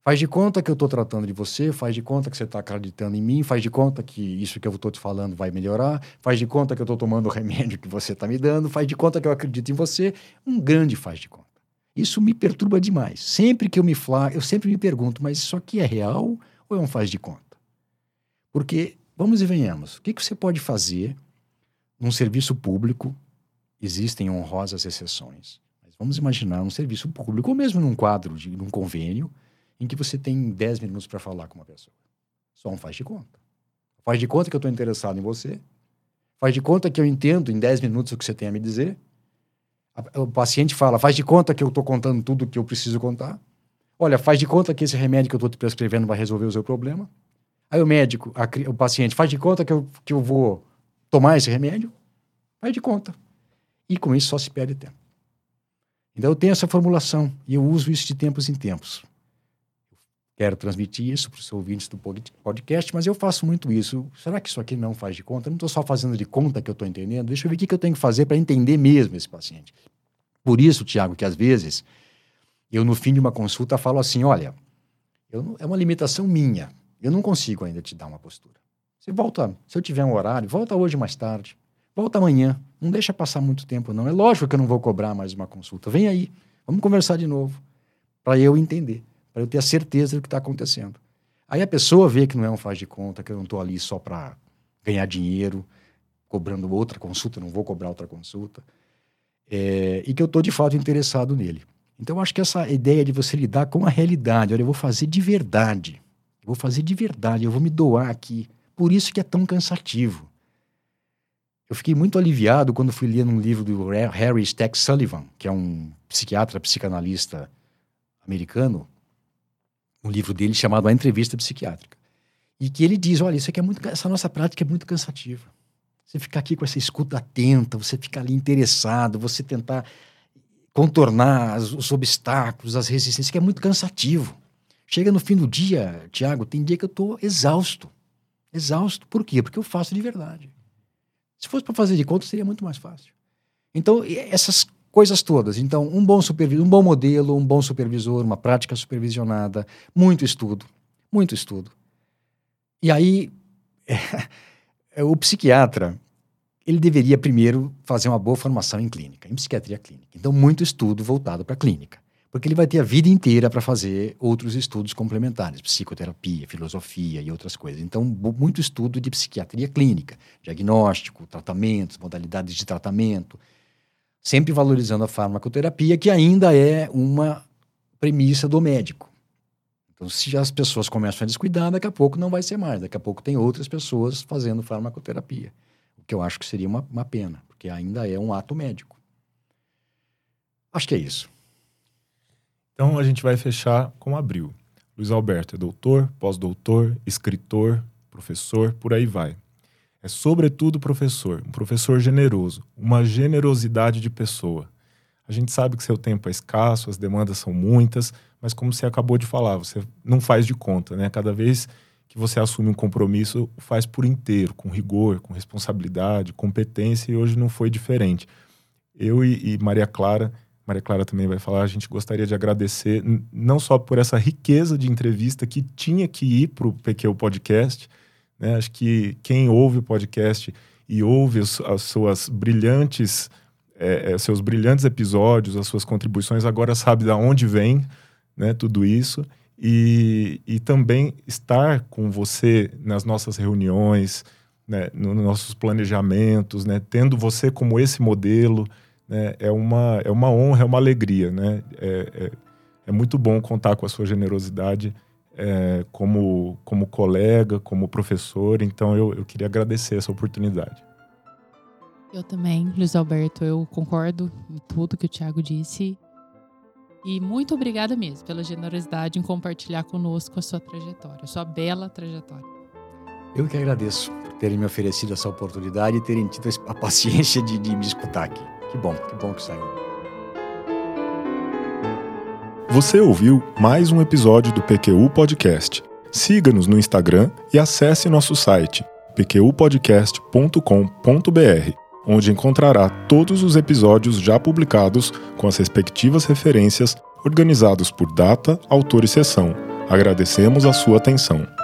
Faz de conta que eu estou tratando de você, faz de conta que você está acreditando em mim, faz de conta que isso que eu estou te falando vai melhorar, faz de conta que eu estou tomando o remédio que você está me dando, faz de conta que eu acredito em você. Um grande faz de conta. Isso me perturba demais. Sempre que eu sempre me pergunto, mas isso aqui é real ou é um faz de conta? Porque, vamos e venhamos, o que você pode fazer num serviço público? Existem honrosas exceções. Mas vamos imaginar um serviço público, ou mesmo num quadro, num convênio, em que você tem 10 minutos para falar com uma pessoa. Só um faz de conta. Faz de conta que eu estou interessado em você. Faz de conta que eu entendo em 10 minutos o que você tem a me dizer. O paciente fala, faz de conta que eu estou contando tudo o que eu preciso contar. Olha, faz de conta que esse remédio que eu estou te prescrevendo vai resolver o seu problema. Aí o médico, o paciente, faz de conta que eu vou tomar esse remédio. Faz de conta. E com isso só se perde tempo. Então eu tenho essa formulação e eu uso isso de tempos em tempos. Quero transmitir isso para os ouvintes do podcast, mas eu faço muito isso. Será que isso aqui não faz de conta? Eu não estou só fazendo de conta que eu estou entendendo. Deixa eu ver o que eu tenho que fazer para entender mesmo esse paciente. Por isso, Tiago, que às vezes eu no fim de uma consulta falo assim, olha, é uma limitação minha. Eu não consigo ainda te dar uma postura. Você volta, se eu tiver um horário, volta hoje mais tarde. Volta amanhã. Não deixa passar muito tempo, não. É lógico que eu não vou cobrar mais uma consulta. Vem aí. Vamos conversar de novo. Para eu entender. Para eu ter a certeza do que está acontecendo. Aí a pessoa vê que não é um faz de conta, que eu não estou ali só para ganhar dinheiro, cobrando outra consulta, não vou cobrar outra consulta, e que eu estou de fato interessado nele. Então eu acho que essa ideia de você lidar com a realidade, olha, eu vou fazer de verdade, eu vou me doar aqui, por isso que é tão cansativo. Eu fiquei muito aliviado quando fui ler um livro do Harry Stack Sullivan, que é um psiquiatra, psicanalista americano, um livro dele chamado A Entrevista Psiquiátrica. E que ele diz, olha, essa nossa prática é muito cansativa. Você ficar aqui com essa escuta atenta, você ficar ali interessado, você tentar contornar os obstáculos, as resistências, que é muito cansativo. Chega no fim do dia, Tiago, tem dia que eu estou exausto. Exausto. Por quê? Porque eu faço de verdade. Se fosse para fazer de conta, seria muito mais fácil. Então, essas coisas todas. Então, um bom modelo, um bom supervisor, uma prática supervisionada, muito estudo. E aí, o psiquiatra, ele deveria primeiro fazer uma boa formação em clínica, em psiquiatria clínica. Então, muito estudo voltado para a clínica. Porque ele vai ter a vida inteira para fazer outros estudos complementares, psicoterapia, filosofia e outras coisas. Então, muito estudo de psiquiatria clínica, diagnóstico, tratamentos, modalidades de tratamento, sempre valorizando a farmacoterapia, que ainda é uma premissa do médico. Então, se as pessoas começam a descuidar, daqui a pouco não vai ser mais. Daqui a pouco tem outras pessoas fazendo farmacoterapia. O que eu acho que seria uma pena, porque ainda é um ato médico. Acho que é isso. Então, a gente vai fechar com abril. Luiz Alberto é doutor, pós-doutor, escritor, professor, por aí vai. É sobretudo professor, um professor generoso, uma generosidade de pessoa. A gente sabe que seu tempo é escasso, as demandas são muitas, mas como você acabou de falar, você não faz de conta, né? Cada vez que você assume um compromisso, faz por inteiro, com rigor, com responsabilidade, competência, e hoje não foi diferente. Eu e Maria Clara também vai falar, a gente gostaria de agradecer, não só por essa riqueza de entrevista que tinha que ir para o PQ Podcast, né? Acho que quem ouve o podcast e ouve as suas brilhantes, seus brilhantes episódios, as suas contribuições, agora sabe de onde vem, né, tudo isso. E também estar com você nas nossas reuniões, né, nos nossos planejamentos, né, tendo você como esse modelo, né, é uma honra, é uma alegria. Né? É muito bom contar com a sua generosidade como colega, como professor. Então eu queria agradecer essa oportunidade. Eu também, Luiz Alberto, eu concordo em tudo que o Tiago disse. E muito obrigada mesmo pela generosidade em compartilhar conosco a sua trajetória, a sua bela trajetória. Eu que agradeço por terem me oferecido essa oportunidade e terem tido a paciência de me escutar aqui. Que bom que saiu. Você ouviu mais um episódio do PQU Podcast. Siga-nos no Instagram e acesse nosso site pqpodcast.com.br, onde encontrará todos os episódios já publicados com as respectivas referências, organizados por data, autor e sessão, Agradecemos a sua atenção.